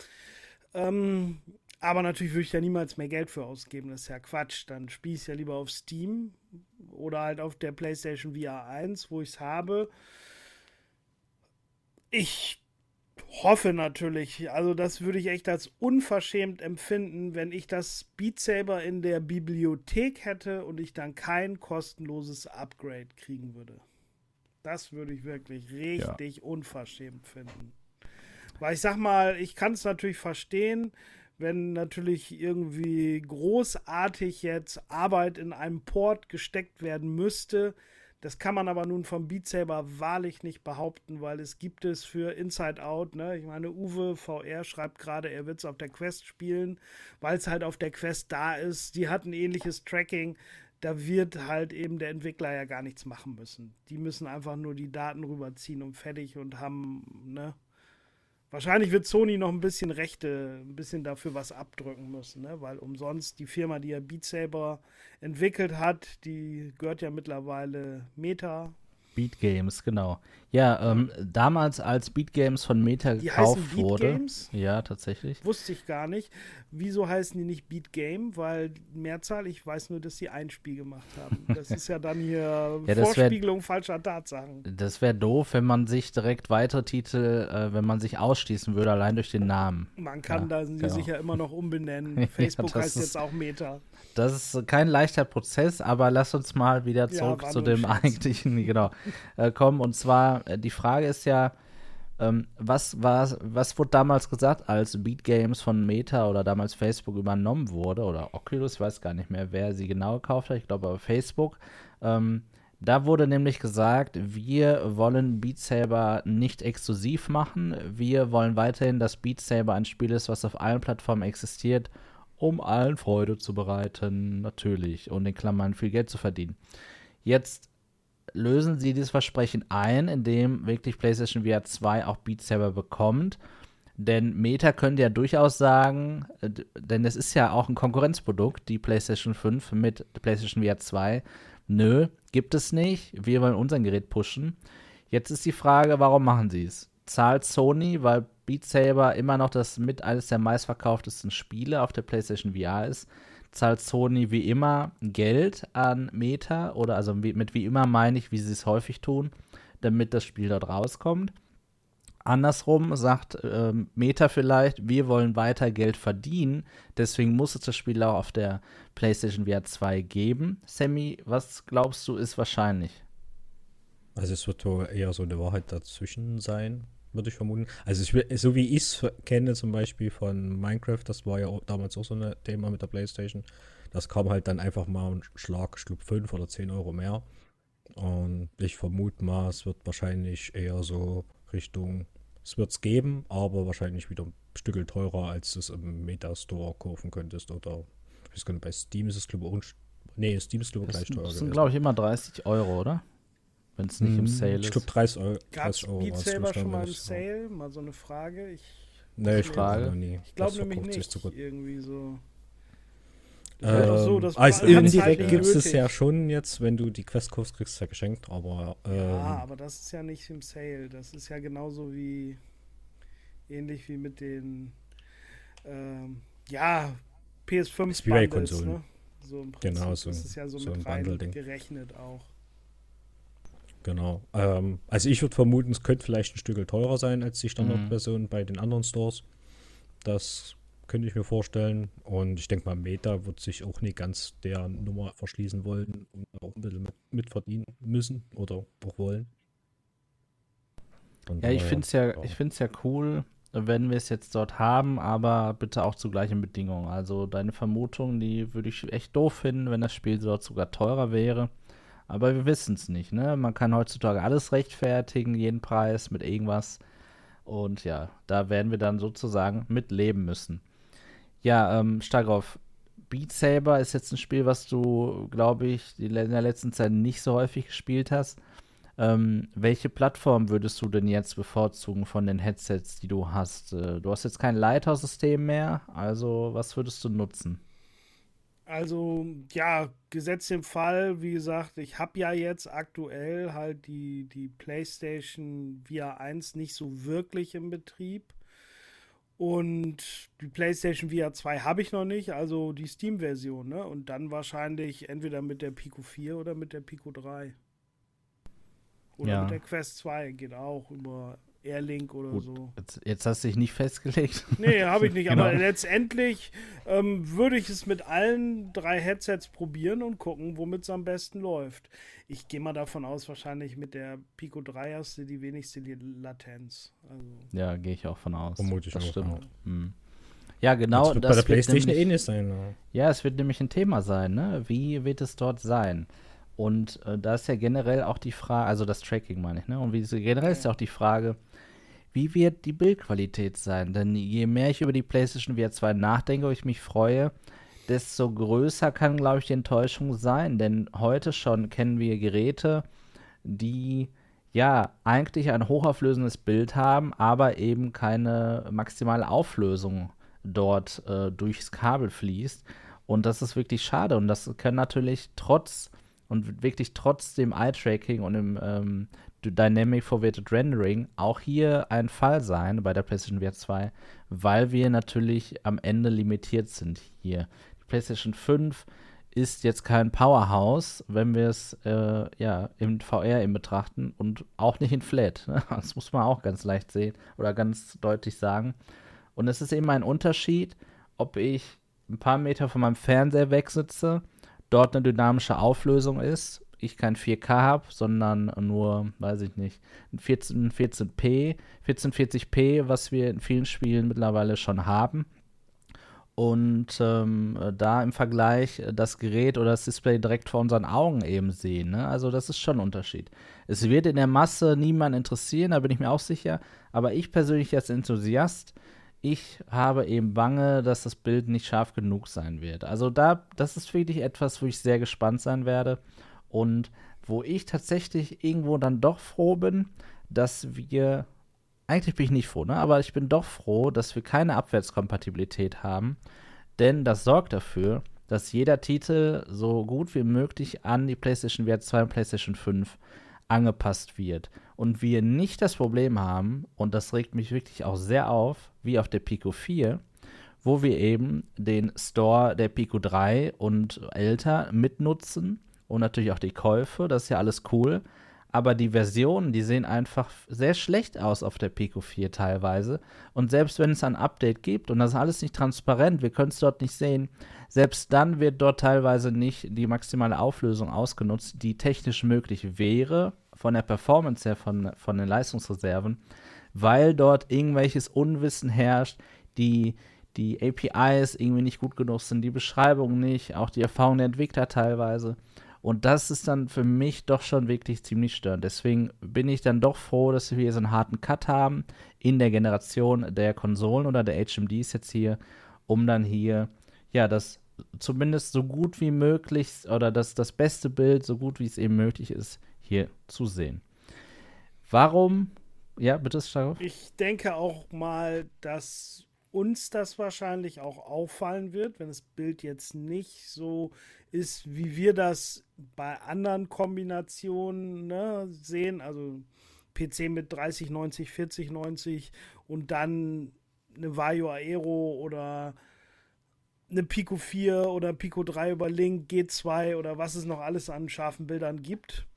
Ähm, aber natürlich würde ich da niemals mehr Geld für ausgeben, das ist ja Quatsch. Dann spiele ich es ja lieber auf Steam oder halt auf der PlayStation V R eins, wo ich es habe. Ich hoffe natürlich, also das würde ich echt als unverschämt empfinden, wenn ich das Beat Saber in der Bibliothek hätte und ich dann kein kostenloses Upgrade kriegen würde. Das würde ich wirklich richtig ja. unverschämt finden. Weil ich sag mal, ich kann es natürlich verstehen, wenn natürlich irgendwie großartig jetzt Arbeit in einem Port gesteckt werden müsste. Das kann man aber nun vom Beat Saber wahrlich nicht behaupten, weil es gibt es für Inside Out, ne? Ich meine, Uwe V R schreibt gerade, er wird es auf der Quest spielen, weil es halt auf der Quest da ist. Die hat ein ähnliches Tracking. Da wird halt eben der Entwickler ja gar nichts machen müssen. Die müssen einfach nur die Daten rüberziehen und fertig und haben, ne? Wahrscheinlich wird Sony noch ein bisschen Rechte, ein bisschen dafür was abdrücken müssen, ne? Weil umsonst die Firma, die ja Beat Saber entwickelt hat, die gehört ja mittlerweile Meta. Beat Games, genau. Ja, ähm, damals als Beat Games von Meta die gekauft heißen Beat wurde. Games? Ja, tatsächlich. Wusste ich gar nicht. Wieso heißen die nicht Beat Game? Weil Mehrzahl, ich weiß nur, dass sie ein Spiel gemacht haben. Das ist ja dann hier ja, Vorspiegelung wär, falscher Tatsachen. Das wäre doof, wenn man sich direkt weitere Titel, äh, wenn man sich ausschließen würde, allein durch den Namen. Man kann ja, da sie genau. sich ja immer noch umbenennen. Facebook ja, heißt ist, jetzt auch Meta. Das ist kein leichter Prozess, aber lass uns mal wieder zurück ja, zu dem eigentlichen, genau, äh, kommen. Und zwar, äh, die Frage ist ja, ähm, was, war, was wurde damals gesagt, als Beat Games von Meta oder damals Facebook übernommen wurde, oder Oculus, ich weiß gar nicht mehr, wer sie genau gekauft hat, ich glaube aber Facebook, ähm, Da wurde nämlich gesagt, wir wollen Beat Saber nicht exklusiv machen. Wir wollen weiterhin, dass Beat Saber ein Spiel ist, was auf allen Plattformen existiert, um allen Freude zu bereiten, natürlich, und in Klammern viel Geld zu verdienen. Jetzt lösen sie dieses Versprechen ein, indem wirklich PlayStation V R zwei auch Beat Saber bekommt. Denn Meta könnte ja durchaus sagen, äh, denn es ist ja auch ein Konkurrenzprodukt, die PlayStation fünf mit PlayStation V R zwei. Nö, gibt es nicht. Wir wollen unser Gerät pushen. Jetzt ist die Frage, warum machen sie es? Zahlt Sony, weil Beat Saber immer noch das mit eines der meistverkauftesten Spiele auf der PlayStation V R ist, zahlt Sony wie immer Geld an Meta, oder also mit wie immer meine ich, wie sie es häufig tun, damit das Spiel dort rauskommt. Andersrum sagt ähm, Meta vielleicht, wir wollen weiter Geld verdienen, deswegen muss es das Spiel auch auf der PlayStation V R zwei geben. Sammy, was glaubst du, ist wahrscheinlich? Also es wird wohl eher so eine Wahrheit dazwischen sein, würde ich vermuten. Also ich, will- so wie ich es kenne zum Beispiel von Minecraft, das war ja auch damals auch so ein Thema mit der PlayStation, das kam halt dann einfach mal ein Schlag, ich glaube fünf oder zehn Euro mehr. Und ich vermute mal, es wird wahrscheinlich eher so Richtung, es wird es geben, aber wahrscheinlich wieder ein Stückel teurer, als du es im Meta-Store kaufen könntest. Oder ich weiß gar nicht, bei Steam ist es glaube ich auch, ein- nee, Steam ist glaube ich Das gleich teuer sind, gewesen. glaube ich, immer dreißig Euro, oder? Wenn es nicht im Hm, Sale Ich ist. glaube dreißig Euro. Gab es dreißig Euro Beat war's, Saber glaub ich, schon mal im damals. Sale? Mal so eine Frage. Ich, Nee, ich Frage. glaube noch nie. ich glaube Das nämlich verkauft sich nicht. zurück. Irgendwie so. Das ist einfach so, Ähm, das also hat's halt indirekt nicht gibt es nötig. ja schon jetzt, wenn du die Quest kaufst, kriegst du ja geschenkt, aber ähm, Ja, aber das ist ja nicht im Sale. Das ist ja genauso wie ähnlich wie mit den ähm, ja, P S fünf ist wie bei Bundles, Konsolen. ne? So im Prinzip Genau, so- ist es ja so, so mit ein rein Bundle-Ding. gerechnet auch. Genau. Ähm, also ich würde vermuten, es könnte vielleicht ein Stück teurer sein als die Mhm. Standardversion bei den anderen Stores. Das könnte ich mir vorstellen. Und ich denke mal, Meta wird sich auch nicht ganz der Nummer verschließen wollen und auch ein bisschen mit, mitverdienen müssen oder auch wollen. Von Ja, ich daher, finde es ja, ja. ich find's ja cool, wenn wir es jetzt dort haben, aber bitte auch zu gleichen Bedingungen. Also deine Vermutung, die würde ich echt doof finden, wenn das Spiel dort sogar teurer wäre. Aber wir wissen es nicht, ne? Man kann heutzutage alles rechtfertigen, jeden Preis mit irgendwas. Und ja, da werden wir dann sozusagen mit leben müssen. Ja, ähm, Starkov, Beat Saber ist jetzt ein Spiel, was du, glaube ich, die, in der letzten Zeit nicht so häufig gespielt hast. Ähm, welche Plattform würdest du denn jetzt bevorzugen von den Headsets, die du hast? Äh, du hast jetzt kein Lighthouse-System mehr, also was würdest du nutzen? Also, ja, gesetzt im Fall, wie gesagt, ich habe ja jetzt aktuell halt die, die PlayStation V R eins nicht so wirklich im Betrieb. Und die PlayStation V R zwei habe ich noch nicht, also die Steam-Version, ne? Und dann wahrscheinlich entweder mit der Pico vier oder mit der Pico drei. Oder Ja. mit der Quest zwei, geht auch über Airlink oder Gut, so. jetzt, jetzt hast du dich nicht festgelegt. Nee, habe ich nicht. Aber Genau. letztendlich ähm, würde ich es mit allen drei Headsets probieren und gucken, womit es am besten läuft. Ich gehe mal davon aus, wahrscheinlich mit der Pico drei hast du die wenigste Latenz. Also, Ja, gehe ich auch von aus. Vermute ich das auch, stimmt. ja. Hm. Ja, genau. das wird das bei der wird PlayStation nämlich- ähnlich sein. Ja. Ja, es wird nämlich ein Thema sein, ne? Wie wird es dort sein? Und äh, da ist ja generell auch die Frage, also das Tracking meine ich, ne? Und wie generell ist ja auch die Frage, wie wird die Bildqualität sein? Denn je mehr ich über die PlayStation V R zwei nachdenke, wo ich mich freue, desto größer kann, glaube ich, die Enttäuschung sein. Denn heute schon kennen wir Geräte, die ja eigentlich ein hochauflösendes Bild haben, aber eben keine maximale Auflösung dort äh, durchs Kabel fließt. Und das ist wirklich schade. Und das können natürlich trotz und wirklich trotz dem Eye-Tracking und dem ähm, Dynamic Forwarded Rendering auch hier ein Fall sein bei der PlayStation V R zwei, weil wir natürlich am Ende limitiert sind hier. Die PlayStation fünf ist jetzt kein Powerhouse, wenn wir es äh, ja, im V R eben betrachten und auch nicht in Flat. Ne? Das muss man auch ganz leicht sehen oder ganz deutlich sagen. Und es ist eben ein Unterschied, ob ich ein paar Meter von meinem Fernseher wegsitze, dort eine dynamische Auflösung ist, ich kein vier K habe, sondern nur, weiß ich nicht, ein vierzehn, vierzehn p, vierzehnhundertvierzig p, was wir in vielen Spielen mittlerweile schon haben. und ähm, da im Vergleich das Gerät oder das Display direkt vor unseren Augen eben sehen. Ne? Also das ist schon ein Unterschied. Es wird in der Masse niemanden interessieren, da bin ich mir auch sicher. Aber ich persönlich als Enthusiast, ich habe eben Bange, dass das Bild nicht scharf genug sein wird. Also da, das ist wirklich etwas, wo ich sehr gespannt sein werde und wo ich tatsächlich irgendwo dann doch froh bin, dass wir eigentlich bin ich nicht froh, ne? Aber ich bin doch froh, dass wir keine Abwärtskompatibilität haben, denn das sorgt dafür, dass jeder Titel so gut wie möglich an die PlayStation V R zwei und PlayStation fünf angepasst wird. Und wir nicht das Problem haben, und das regt mich wirklich auch sehr auf, wie auf der Pico vier, wo wir eben den Store der Pico drei und älter mitnutzen und natürlich auch die Käufe, das ist ja alles cool. Aber die Versionen, die sehen einfach sehr schlecht aus auf der Pico vier teilweise. Und selbst wenn es ein Update gibt und das ist alles nicht transparent, wir können es dort nicht sehen, selbst dann wird dort teilweise nicht die maximale Auflösung ausgenutzt, die technisch möglich wäre, von der Performance her, von, von den Leistungsreserven, weil dort irgendwelches Unwissen herrscht, die, die A P Is irgendwie nicht gut genug sind, die Beschreibung nicht, auch die Erfahrung der Entwickler teilweise. Und das ist dann für mich doch schon wirklich ziemlich störend. Deswegen bin ich dann doch froh, dass wir hier so einen harten Cut haben in der Generation der Konsolen oder der H M Ds jetzt hier, um dann hier, ja, das zumindest so gut wie möglich oder das, das beste Bild, so gut wie es eben möglich ist, hier zu sehen. Warum? Ja, bitte, Starov. Ich denke auch mal, dass uns das wahrscheinlich auch auffallen wird, wenn das Bild jetzt nicht so ist, wie wir das bei anderen Kombinationen, ne, sehen. Also P C mit dreißig neunzig, vierzig neunzig und dann eine Vario Aero oder eine Pico vier oder Pico drei über Link, G zwei oder was es noch alles an scharfen Bildern gibt.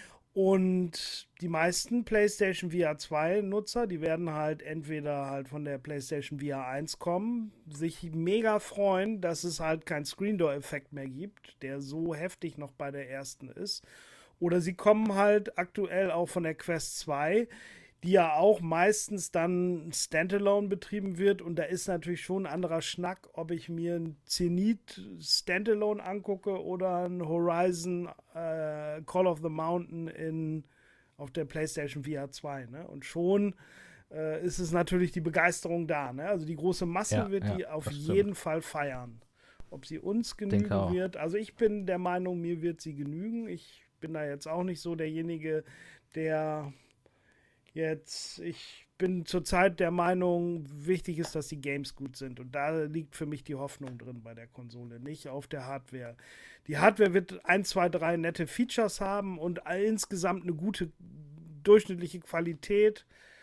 Und die meisten PlayStation V R zwei Nutzer, die werden halt entweder halt von der PlayStation V R eins kommen, sich mega freuen, dass es halt keinen Screen Door Effekt mehr gibt, der so heftig noch bei der ersten ist. Oder sie kommen halt aktuell auch von der Quest zwei, die ja auch meistens dann Standalone betrieben wird. Und da ist natürlich schon ein anderer Schnack, ob ich mir ein Zenith Standalone angucke oder ein Horizon äh, Call of the Mountain in, auf der PlayStation V R zwei. Ne? Und schon äh, ist es natürlich die Begeisterung da. Ne? Also die große Masse Ja, wird ja, die auf das jeden stimmt. Fall feiern. Ob sie uns Denke genügen auch. wird. Also ich bin der Meinung, mir wird sie genügen. Ich bin da jetzt auch nicht so derjenige, der jetzt, ich bin zurzeit der Meinung, wichtig ist, dass die Games gut sind. Und da liegt für mich die Hoffnung drin bei der Konsole, nicht auf der Hardware. Die Hardware wird ein, zwei, drei nette Features haben und insgesamt eine gute durchschnittliche Qualität.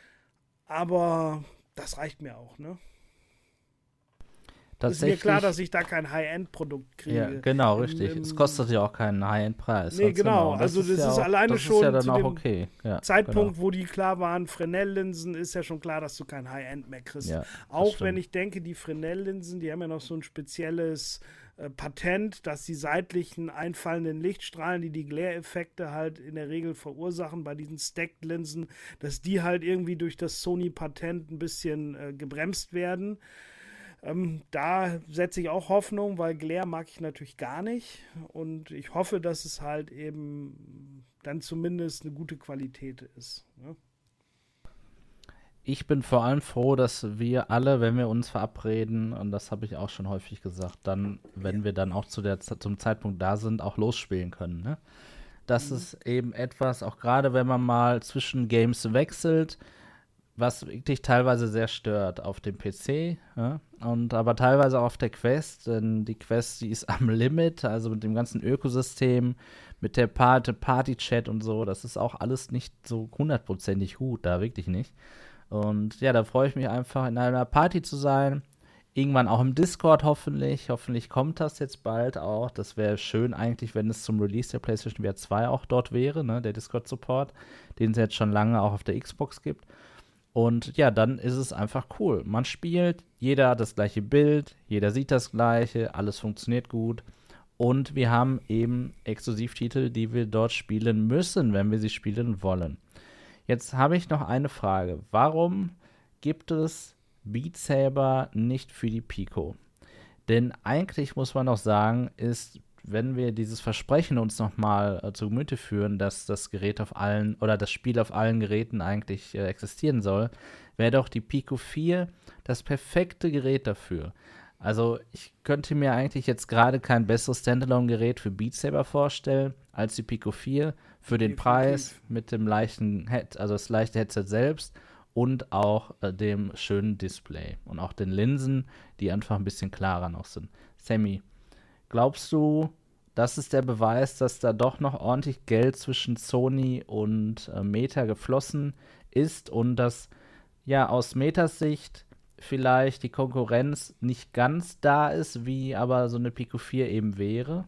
Aber das reicht mir auch, ne? Ist mir klar, dass ich da kein High-End-Produkt kriege. Ja, genau, Im- richtig. im- es kostet ja auch keinen High-End-Preis. Nee, ganz genau. Und Also das ja ist auch, alleine das schon ist ja dann zu auch dem okay. Ja, Zeitpunkt, genau. wo die klar waren, Fresnel-Linsen, ist ja schon klar, dass du kein High-End mehr kriegst. Ja, das Auch stimmt. wenn ich denke, die Fresnel-Linsen, die haben ja noch so ein spezielles äh, Patent, dass die seitlichen einfallenden Lichtstrahlen, die die Glare-Effekte halt in der Regel verursachen bei diesen Stacked-Linsen, dass die halt irgendwie durch das Sony-Patent ein bisschen äh, gebremst werden. Ähm, da setze ich auch Hoffnung, weil Glare mag ich natürlich gar nicht. Und ich hoffe, dass es halt eben dann zumindest eine gute Qualität ist. Ne? Ich bin vor allem froh, dass wir alle, wenn wir uns verabreden, und das habe ich auch schon häufig gesagt, dann, wenn Ja. wir dann auch zu der, zum Zeitpunkt da sind, auch losspielen können. Ne? Das Mhm. ist eben etwas, auch gerade wenn man mal zwischen Games wechselt, was wirklich teilweise sehr stört auf dem P C, ja? Und aber teilweise auch auf der Quest, denn die Quest, die ist am Limit, also mit dem ganzen Ökosystem, mit der Party, Party-Chat und so, das ist auch alles nicht so hundertprozentig gut, da wirklich nicht. Und ja, da freue ich mich einfach, in einer Party zu sein, irgendwann auch im Discord hoffentlich, hoffentlich kommt das jetzt bald auch, das wäre schön eigentlich, wenn es zum Release der PlayStation V R zwei auch dort wäre, ne, der Discord-Support, den es jetzt schon lange auch auf der Xbox gibt. Und ja, dann ist es einfach cool. Man spielt, jeder hat das gleiche Bild, jeder sieht das gleiche, alles funktioniert gut. Und wir haben eben Exklusivtitel, die wir dort spielen müssen, wenn wir sie spielen wollen. Jetzt habe ich noch eine Frage. Warum gibt es Beat Saber nicht für die Pico? Denn eigentlich muss man noch sagen, ist, wenn wir dieses Versprechen uns nochmal äh, zu Gemüte führen, dass das Gerät auf allen oder das Spiel auf allen Geräten eigentlich äh, existieren soll, wäre doch die Pico vier das perfekte Gerät dafür. Also ich könnte mir eigentlich jetzt gerade kein besseres Standalone-Gerät für Beat Saber vorstellen als die Pico vier für den Definitiv. Preis mit dem leichten Head, also das leichte Headset selbst und auch äh, dem schönen Display und auch den Linsen, die einfach ein bisschen klarer noch sind. Sammy, glaubst du, das ist der Beweis, dass da doch noch ordentlich Geld zwischen Sony und äh, Meta geflossen ist und dass ja aus Metas Sicht vielleicht die Konkurrenz nicht ganz da ist, wie aber so eine Pico vier eben wäre?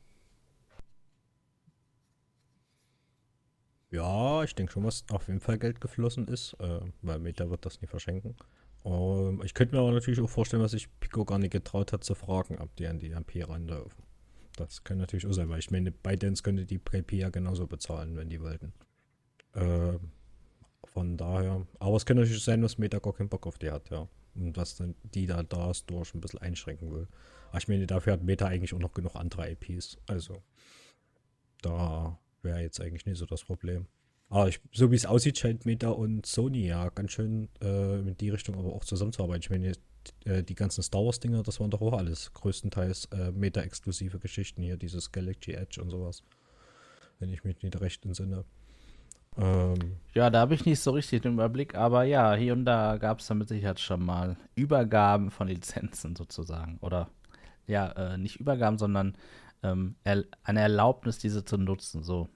Ja, ich denke schon, was auf jeden Fall Geld geflossen ist, äh, weil Meta wird das nie verschenken. Ähm, ich könnte mir aber natürlich auch vorstellen, dass sich Pico gar nicht getraut hat zu fragen, ob die an die M P ranlaufen. Das kann natürlich auch sein, weil ich meine, ByteDance könnte die M P ja genauso bezahlen, wenn die wollten. Äh, von daher, aber es kann natürlich sein, dass Meta gar keinen Bock auf die hat, ja. Und dass dann die da das durch ein bisschen einschränken will. Aber ich meine, dafür hat Meta eigentlich auch noch genug andere I Ps. Also, da wäre jetzt eigentlich nicht so das Problem. Aber ich, so wie es aussieht, scheint Meta und Sony ja ganz schön äh, in die Richtung aber auch zusammenzuarbeiten. Ich meine, äh, die ganzen Star Wars-Dinger, das waren doch auch alles größtenteils äh, Meta-exklusive Geschichten hier, dieses Galaxy Edge und sowas. Wenn ich mich nicht recht entsinne. Ähm, Ja, da habe ich nicht so richtig den Überblick, aber ja, hier und da gab es da mit Sicherheit schon mal Übergaben von Lizenzen sozusagen. Oder ja, äh, nicht Übergaben, sondern ähm, er eine Erlaubnis, diese zu nutzen. So,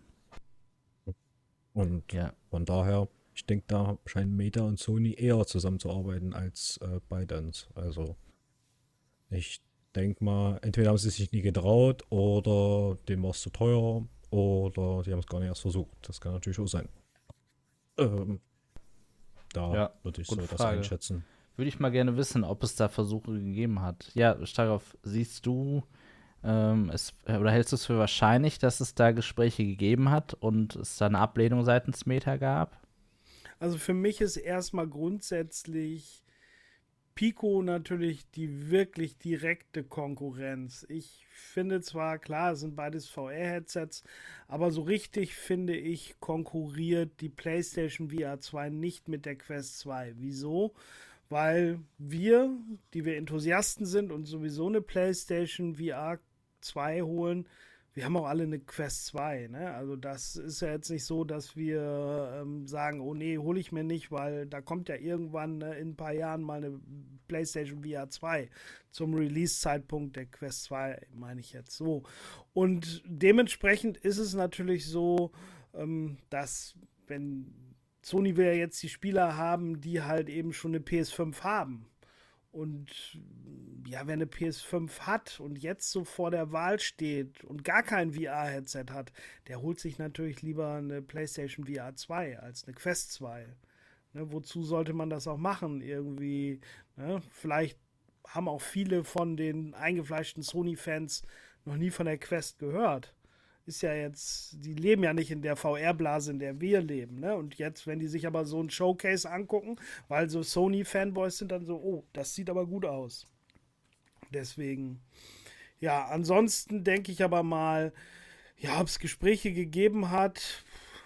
und ja. von daher, ich denke, da scheinen Meta und Sony eher zusammenzuarbeiten als äh, ByteDance. Also, ich denke mal, entweder haben sie sich nie getraut oder dem war es zu teuer oder die haben es gar nicht erst versucht. Das kann natürlich auch sein. Ähm, da Ja, würde ich so gute das Frage. einschätzen. Würde ich mal gerne wissen, ob es da Versuche gegeben hat. Ja, Starov, siehst du ähm, es, oder hältst du es für wahrscheinlich, dass es da Gespräche gegeben hat und es da eine Ablehnung seitens Meta gab? Also für mich ist erstmal grundsätzlich Pico natürlich die wirklich direkte Konkurrenz. Ich finde zwar, klar, es sind beides V R-Headsets, aber so richtig finde ich, konkurriert die PlayStation V R zwei nicht mit der Quest zwei. Wieso? Weil wir, die wir Enthusiasten sind und sowieso eine PlayStation V R zwei holen, wir haben auch alle eine Quest zwei, ne? Also das ist ja jetzt nicht so, dass wir ähm, sagen, oh nee, hole ich mir nicht, weil da kommt ja irgendwann ne, in ein paar Jahren mal eine PlayStation V R zwei zum Release-Zeitpunkt der Quest zwei, meine ich jetzt so. Und dementsprechend ist es natürlich so, ähm, dass wenn Sony will ja jetzt die Spieler haben, die halt eben schon eine P S fünf haben. Und ja, wer eine P S fünf hat und jetzt so vor der Wahl steht und gar kein V R-Headset hat, der holt sich natürlich lieber eine PlayStation V R zwei als eine Quest zwei. Ne, wozu sollte man das auch machen? Irgendwie, ne? Vielleicht haben auch viele von den eingefleischten Sony-Fans noch nie von der Quest gehört. Ist ja jetzt, die leben ja nicht in der V R-Blase, in der wir leben, ne? Und jetzt, wenn die sich aber so ein Showcase angucken, weil so Sony-Fanboys sind dann so, oh, das sieht aber gut aus. Deswegen, ja, ansonsten denke ich aber mal, ja, ob es Gespräche gegeben hat,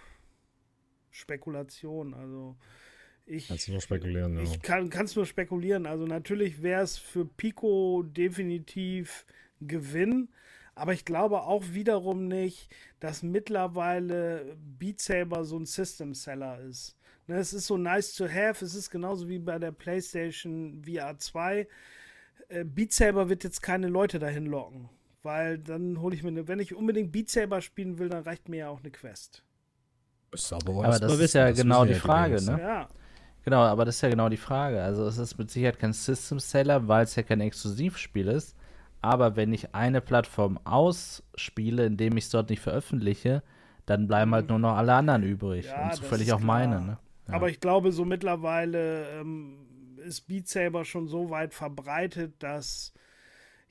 Spekulation, also ich, Kannst du nur spekulieren, ja. ich kann es nur spekulieren, also natürlich wäre es für Pico definitiv Gewinn, aber ich glaube auch wiederum nicht, dass mittlerweile Beat Saber so ein System-Seller ist. Ne, es ist so nice to have, es ist genauso wie bei der PlayStation V R zwei. Äh, Beat Saber wird jetzt keine Leute dahin locken, weil dann hole ich mir eine, wenn ich unbedingt Beat Saber spielen will, dann reicht mir ja auch eine Quest. Ist aber Aber das ist ja genau die Frage, ne? Ja. Genau, aber das ist ja genau die Frage. Also es ist mit Sicherheit kein System-Seller, weil es ja kein Exklusivspiel ist. Aber wenn ich eine Plattform ausspiele, indem ich es dort nicht veröffentliche, dann bleiben halt nur noch alle anderen übrig. Ja, und so das völlig ist auch klar. meine. Ne? Ja. Aber ich glaube, so mittlerweile ähm, ist Beat Saber schon so weit verbreitet, dass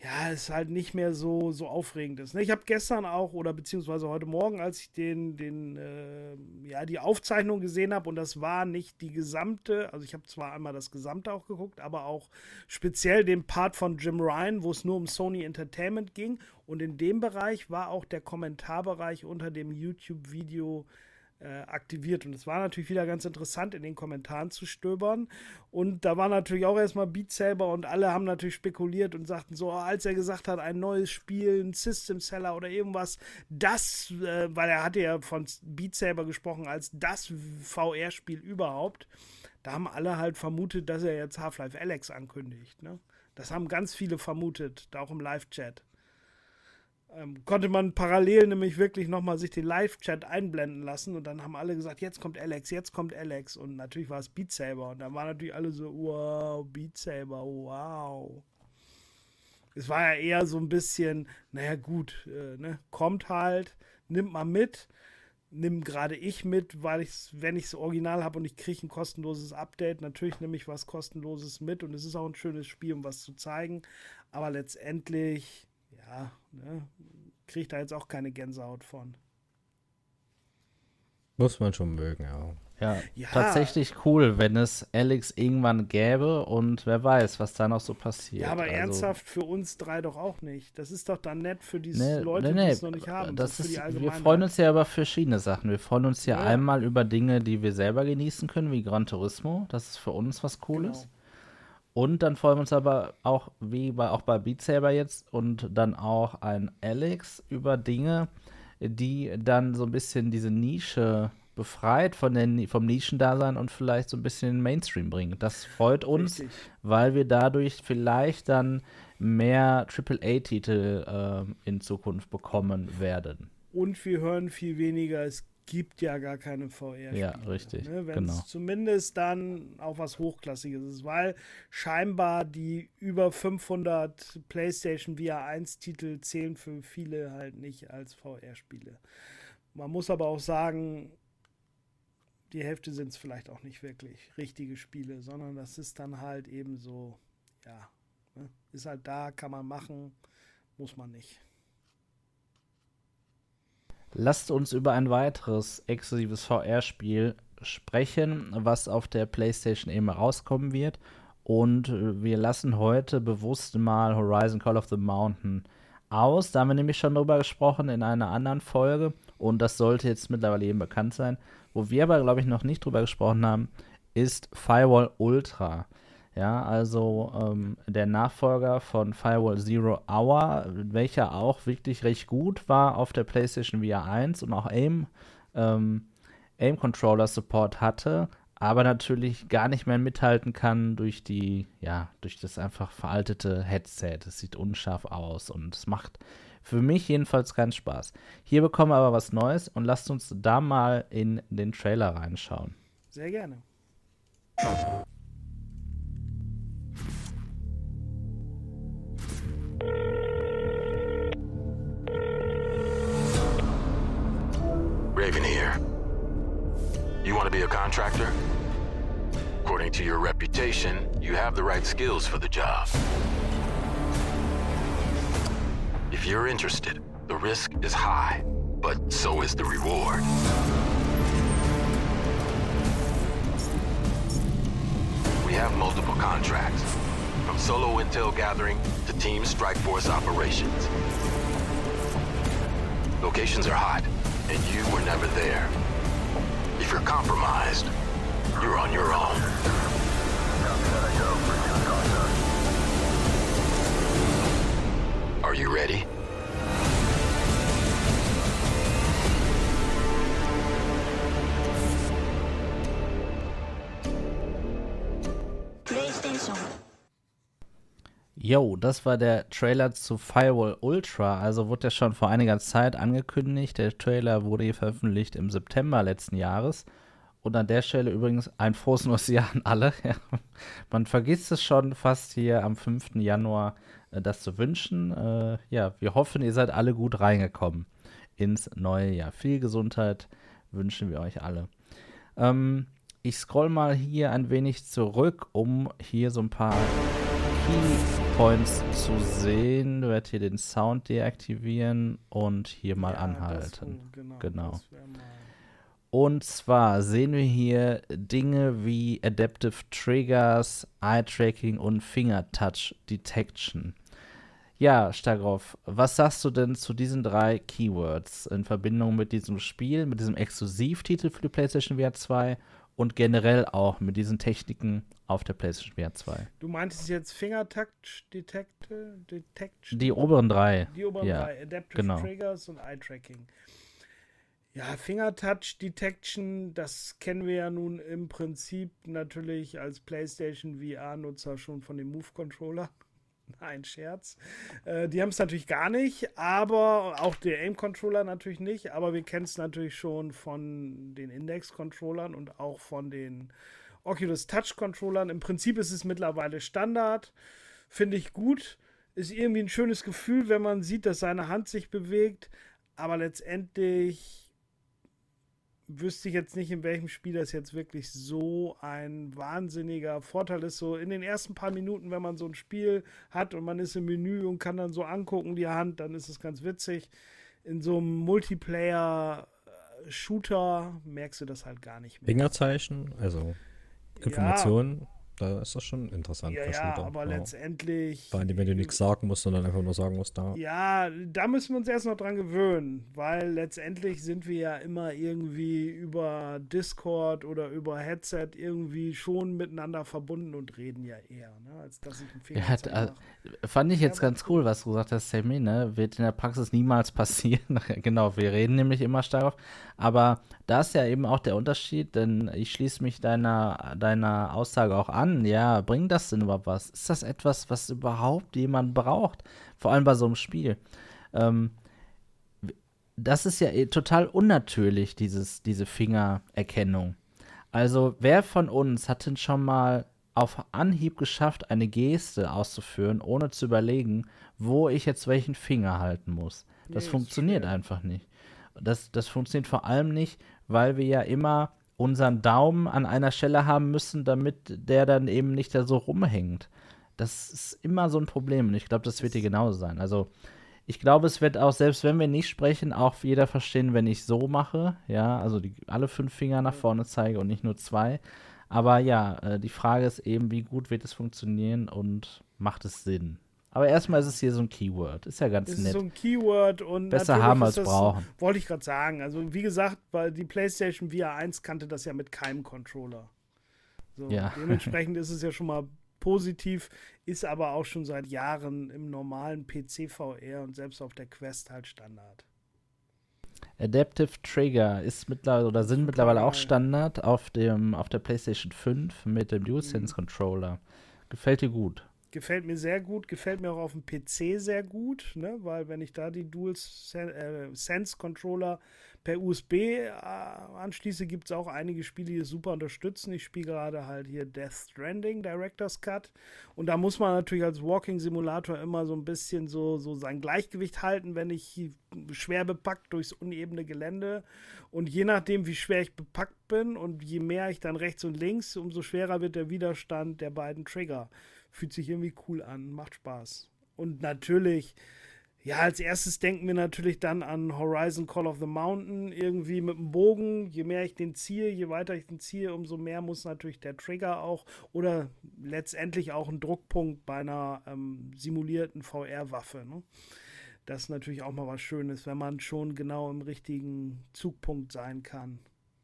ja, es halt nicht mehr so, so aufregend ist. Ne? Ich habe gestern auch, oder beziehungsweise heute Morgen, als ich den, den, äh, ja, die Aufzeichnung gesehen habe, und das war nicht die gesamte, also ich habe zwar einmal das Gesamte auch geguckt, aber auch speziell den Part von Jim Ryan, wo es nur um Sony Entertainment ging. Und in dem Bereich war auch der Kommentarbereich unter dem YouTube-Video Äh, aktiviert. Und es war natürlich wieder ganz interessant, in den Kommentaren zu stöbern. Und da war natürlich auch erstmal Beat Saber und alle haben natürlich spekuliert und sagten so, als er gesagt hat, ein neues Spiel, ein System Seller oder irgendwas, das, äh, weil er hatte ja von Beat Saber gesprochen als das V R-Spiel überhaupt, da haben alle halt vermutet, dass er jetzt Half-Life Alyx ankündigt. Ne? Das haben ganz viele vermutet, da auch im Live-Chat. Ähm, konnte man parallel nämlich wirklich nochmal sich den Live-Chat einblenden lassen und dann haben alle gesagt, jetzt kommt Alyx, jetzt kommt Alyx und natürlich war es Beat Saber und dann waren natürlich alle so, wow, Beat Saber, wow. Es war ja eher so ein bisschen, naja gut, äh, ne, kommt halt, nimmt mal mit, nimm gerade ich mit, weil ich wenn ich es original habe und ich kriege ein kostenloses Update, natürlich nehme ich was kostenloses mit und es ist auch ein schönes Spiel, um was zu zeigen, aber letztendlich ja, ne, kriegt da jetzt auch keine Gänsehaut von. Muss man schon mögen, ja. Ja, Ja. tatsächlich cool, wenn es Alyx irgendwann gäbe und wer weiß, was da noch so passiert. Ja, aber also, ernsthaft für uns drei doch auch nicht. Das ist doch dann nett für die nee, Leute, nee, nee, die es noch nicht haben. Das so für ist, die wir Allgemeinheit. freuen uns ja über verschiedene Sachen. Wir freuen uns ja, Ja. einmal über Dinge, die wir selber genießen können, wie Gran Turismo. Das ist für uns was Cooles. Genau. Und dann freuen wir uns aber auch, wie bei, auch bei Beat Saber jetzt, und dann auch ein Alyx über Dinge, die dann so ein bisschen diese Nische befreit von den, vom Nischendasein und vielleicht so ein bisschen in den Mainstream bringen. Das freut uns, Richtig. weil wir dadurch vielleicht dann mehr Triple A-Titel äh, in Zukunft bekommen werden. Und wir hören viel weniger, es gibt ja gar keine V R-Spiele. Ja, richtig, Ne? Wenn genau. es zumindest dann auch was Hochklassiges ist, weil scheinbar die über fünfhundert PlayStation V R eins Titel zählen für viele halt nicht als V R-Spiele. Man muss aber auch sagen, die Hälfte sind es vielleicht auch nicht wirklich richtige Spiele, sondern das ist dann halt eben so, ja, ne? Ist halt da, kann man machen, muss man nicht. Lasst uns über ein weiteres exklusives V R-Spiel sprechen, was auf der PlayStation eben rauskommen wird. Und wir lassen heute bewusst mal Horizon Call of the Mountain aus. Da haben wir nämlich schon drüber gesprochen in einer anderen Folge. Und das sollte jetzt mittlerweile eben bekannt sein. Wo wir aber, glaube ich, noch nicht drüber gesprochen haben, ist Firewall Ultra. Ja, also ähm, der Nachfolger von Firewall Zero Hour, welcher auch wirklich recht gut war auf der PlayStation V R eins und auch Aim, ähm, Aim-Controller-Support hatte, aber natürlich gar nicht mehr mithalten kann durch die, ja, durch das einfach veraltete Headset. Es sieht unscharf aus und es macht für mich jedenfalls keinen Spaß. Hier bekommen wir aber was Neues und lasst uns da mal in den Trailer reinschauen. Sehr gerne. Raven here. You want to be a contractor? According to your reputation, you have the right skills for the job. If you're interested, the risk is high, but so is the reward. We have multiple contracts, from solo intel gathering to team strike force operations. Locations are hot, and you were never there. If you're compromised, you're on your own. Are you ready? PlayStation. Yo, das war der Trailer zu Firewall Ultra, also wurde ja schon vor einiger Zeit angekündigt. Der Trailer wurde hier veröffentlicht im September letzten Jahres. Und an der Stelle übrigens ein frohes neues Jahr an alle. Ja, man vergisst es schon fast hier am fünften Januar äh, das zu wünschen. Äh, ja, wir hoffen, ihr seid alle gut reingekommen ins neue Jahr. Viel Gesundheit wünschen wir euch alle. Ähm, ich scroll mal hier ein wenig zurück, um hier so ein paar Keypoints zu sehen. Du wirst hier den Sound deaktivieren und hier mal Ja, anhalten. das, genau. Genau. Das wär mal Und zwar sehen wir hier Dinge wie Adaptive Triggers, Eye-Tracking und Finger-Touch Detection. Ja, Stagroff, was sagst du denn zu diesen drei Keywords in Verbindung mit diesem Spiel, mit diesem Exklusivtitel für die PlayStation V R zwei und generell auch mit diesen Techniken auf der PlayStation V R zwei? Du meintest jetzt Fingertouch Detect, Detection? Die oberen drei. Die oberen ja, drei, Adaptive genau. Triggers und Eye-Tracking. Ja, Fingertouch Detection, das kennen wir ja nun im Prinzip natürlich als PlayStation V R-Nutzer schon von dem Move-Controller. Ein Scherz. Äh, die haben es natürlich gar nicht, aber auch der Aim-Controller natürlich nicht, aber wir kennen es natürlich schon von den Index-Controllern und auch von den Oculus Touch-Controllern. Im Prinzip ist es mittlerweile Standard, finde ich gut. Ist irgendwie ein schönes Gefühl, wenn man sieht, dass seine Hand sich bewegt, aber letztendlich wüsste ich jetzt nicht, in welchem Spiel das jetzt wirklich so ein wahnsinniger Vorteil ist. So in den ersten paar Minuten, wenn man so ein Spiel hat und man ist im Menü und kann dann so angucken, die Hand, dann ist es ganz witzig. In so einem Multiplayer-Shooter merkst du das halt gar nicht mehr. Fingerzeichen, also Informationen, ja. Da ist das schon interessant. Ja, ja, aber ja. letztendlich... Vor allem, wenn du nichts sagen musst, sondern einfach nur sagen musst, da... Ja, da müssen wir uns erst noch dran gewöhnen, weil letztendlich sind wir ja immer irgendwie über Discord oder über Headset irgendwie schon miteinander verbunden und reden ja eher, ne, als dass ich einen Fingerzeichen ja, mache. Fand ich jetzt ja, ganz cool, was du gesagt hast, Sammy, ne? Wird in der Praxis niemals passieren. Genau, wir reden nämlich immer stark auf. Aber da ist ja eben auch der Unterschied, denn ich schließe mich deiner, deiner Aussage auch an. Ja, bringt das denn überhaupt was? Ist das etwas, was überhaupt jemand braucht? Vor allem bei so einem Spiel. Ähm, das ist ja total unnatürlich, dieses, diese Fingererkennung. Also, wer von uns hat denn schon mal auf Anhieb geschafft, eine Geste auszuführen, ohne zu überlegen, wo ich jetzt welchen Finger halten muss? Das nee, funktioniert einfach nicht. Das, das funktioniert vor allem nicht, weil wir ja immer unseren Daumen an einer Stelle haben müssen, damit der dann eben nicht da so rumhängt. Das ist immer so ein Problem und ich glaube, das wird hier genauso sein. Also ich glaube, es wird auch, selbst wenn wir nicht sprechen, auch jeder verstehen, wenn ich so mache, ja, also die, alle fünf Finger nach vorne zeige und nicht nur zwei. Aber ja, äh, die Frage ist eben, wie gut wird es funktionieren und macht es Sinn? Aber erstmal ist es hier so ein Keyword. Ist ja ganz es nett. Ist so ein Keyword und besser haben als brauchen. Wollte ich gerade sagen. Also wie gesagt, weil die PlayStation V R eins kannte das ja mit keinem Controller. So, ja. Dementsprechend ist es ja schon mal positiv, ist aber auch schon seit Jahren im normalen P C V R und selbst auf der Quest halt Standard. Adaptive Trigger ist mittlerweile oder sind mittlerweile auch Standard auf dem auf der PlayStation fünf mit dem DualSense Controller. Gefällt dir gut? Gefällt mir sehr gut, gefällt mir auch auf dem P C sehr gut, ne? Weil wenn ich da die DualSense-Controller per U S B äh, anschließe, gibt es auch einige Spiele, die es super unterstützen. Ich spiele gerade halt hier Death Stranding, Director's Cut. Und da muss man natürlich als Walking-Simulator immer so ein bisschen so, so sein Gleichgewicht halten, wenn ich schwer bepackt durchs unebene Gelände. Und je nachdem, wie schwer ich bepackt bin und je mehr ich dann rechts und links, umso schwerer wird der Widerstand der beiden Trigger. Fühlt sich irgendwie cool an, macht Spaß. Und natürlich, ja, als erstes denken wir natürlich dann an Horizon Call of the Mountain, irgendwie mit dem Bogen. Je mehr ich den ziehe, je weiter ich den ziehe, umso mehr muss natürlich der Trigger auch oder letztendlich auch ein Druckpunkt bei einer ähm, simulierten V R-Waffe. Ne? Das ist natürlich auch mal was Schönes, wenn man schon genau im richtigen Zugpunkt sein kann.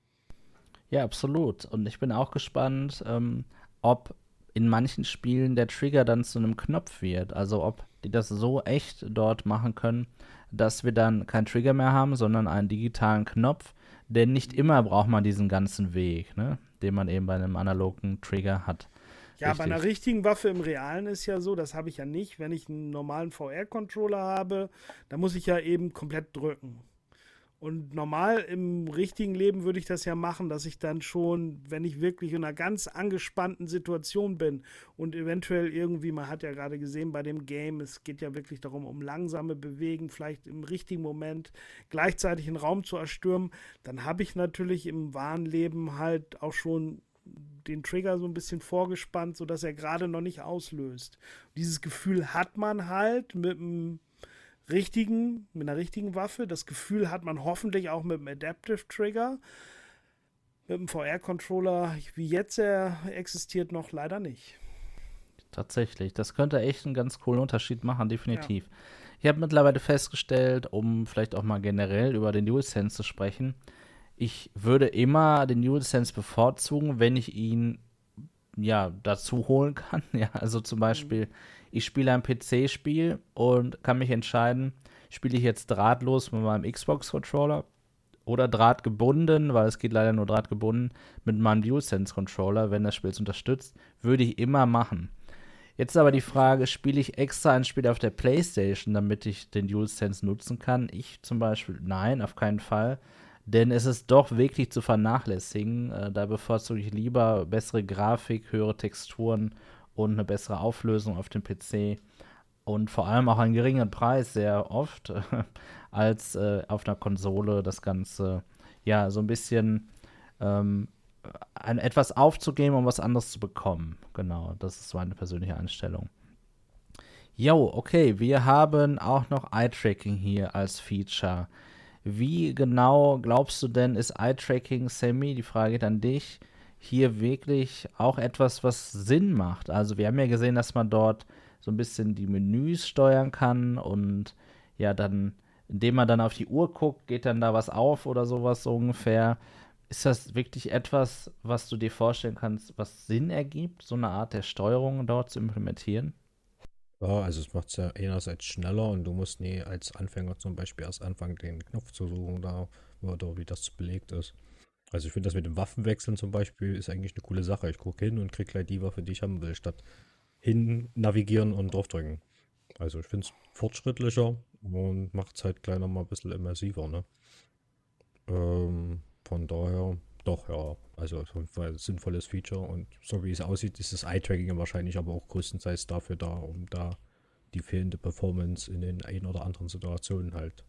Ja, absolut. Und ich bin auch gespannt, ähm, ob in manchen Spielen der Trigger dann zu einem Knopf wird. Also ob die das so echt dort machen können, dass wir dann keinen Trigger mehr haben, sondern einen digitalen Knopf. Denn nicht immer braucht man diesen ganzen Weg, ne, den man eben bei einem analogen Trigger hat. Ja, Richtig. Bei einer richtigen Waffe im Realen ist ja so, das habe ich ja nicht. Wenn ich einen normalen V R-Controller habe, dann muss ich ja eben komplett drücken. Und normal im richtigen Leben würde ich das ja machen, dass ich dann schon, wenn ich wirklich in einer ganz angespannten Situation bin und eventuell irgendwie, man hat ja gerade gesehen bei dem Game, es geht ja wirklich darum, um langsame Bewegen, vielleicht im richtigen Moment gleichzeitig einen Raum zu erstürmen, dann habe ich natürlich im wahren Leben halt auch schon den Trigger so ein bisschen vorgespannt, sodass er gerade noch nicht auslöst. Dieses Gefühl hat man halt mit einem richtigen, mit einer richtigen Waffe. Das Gefühl hat man hoffentlich auch mit einem Adaptive Trigger. Mit einem V R-Controller, wie jetzt er existiert, noch leider nicht. Tatsächlich, das könnte echt einen ganz coolen Unterschied machen, definitiv. Ja. Ich habe mittlerweile festgestellt, um vielleicht auch mal generell über den DualSense zu sprechen, ich würde immer den DualSense bevorzugen, wenn ich ihn ja dazu holen kann. Ja, also zum Beispiel, mhm. ich spiele ein P C-Spiel und kann mich entscheiden, spiele ich jetzt drahtlos mit meinem Xbox-Controller oder drahtgebunden, weil es geht leider nur drahtgebunden, mit meinem DualSense-Controller, wenn das Spiel es unterstützt, würde ich immer machen. Jetzt aber die Frage, spiele ich extra ein Spiel auf der PlayStation, damit ich den DualSense nutzen kann? Ich zum Beispiel, nein, auf keinen Fall. Denn es ist doch wirklich zu vernachlässigen. Äh, da bevorzuge ich lieber bessere Grafik, höhere Texturen und eine bessere Auflösung auf dem P C. Und vor allem auch einen geringeren Preis, sehr oft, äh, als äh, auf einer Konsole das Ganze, ja, so ein bisschen ähm, ein, etwas aufzugeben, um was anderes zu bekommen. Genau, das ist meine persönliche Einstellung. Jo, okay, wir haben auch noch Eye-Tracking hier als Feature. Wie genau glaubst du denn, ist Eye-Tracking, Sammy, die Frage geht an dich, hier wirklich auch etwas, was Sinn macht? Also wir haben ja gesehen, dass man dort so ein bisschen die Menüs steuern kann und ja dann, indem man dann auf die Uhr guckt, geht dann da was auf oder sowas so ungefähr. Ist das wirklich etwas, was du dir vorstellen kannst, was Sinn ergibt, so eine Art der Steuerung dort zu implementieren? Ja, also es macht es ja einerseits schneller und du musst nie als Anfänger zum Beispiel erst anfangen, den Knopf zu suchen, da oder wie das belegt ist. Also ich finde das mit dem Waffenwechseln zum Beispiel ist eigentlich eine coole Sache. Ich gucke hin und kriege gleich die Waffe, die ich haben will, statt hin navigieren und draufdrücken. Also ich finde es fortschrittlicher und macht es halt gleich nochmal ein bisschen immersiver, ne? Ähm, von daher, doch, ja, also auf jeden Fall ein sinnvolles Feature und so wie es aussieht, ist das Eye-Tracking wahrscheinlich aber auch größtenteils dafür da, um da die fehlende Performance in den ein oder anderen Situationen halt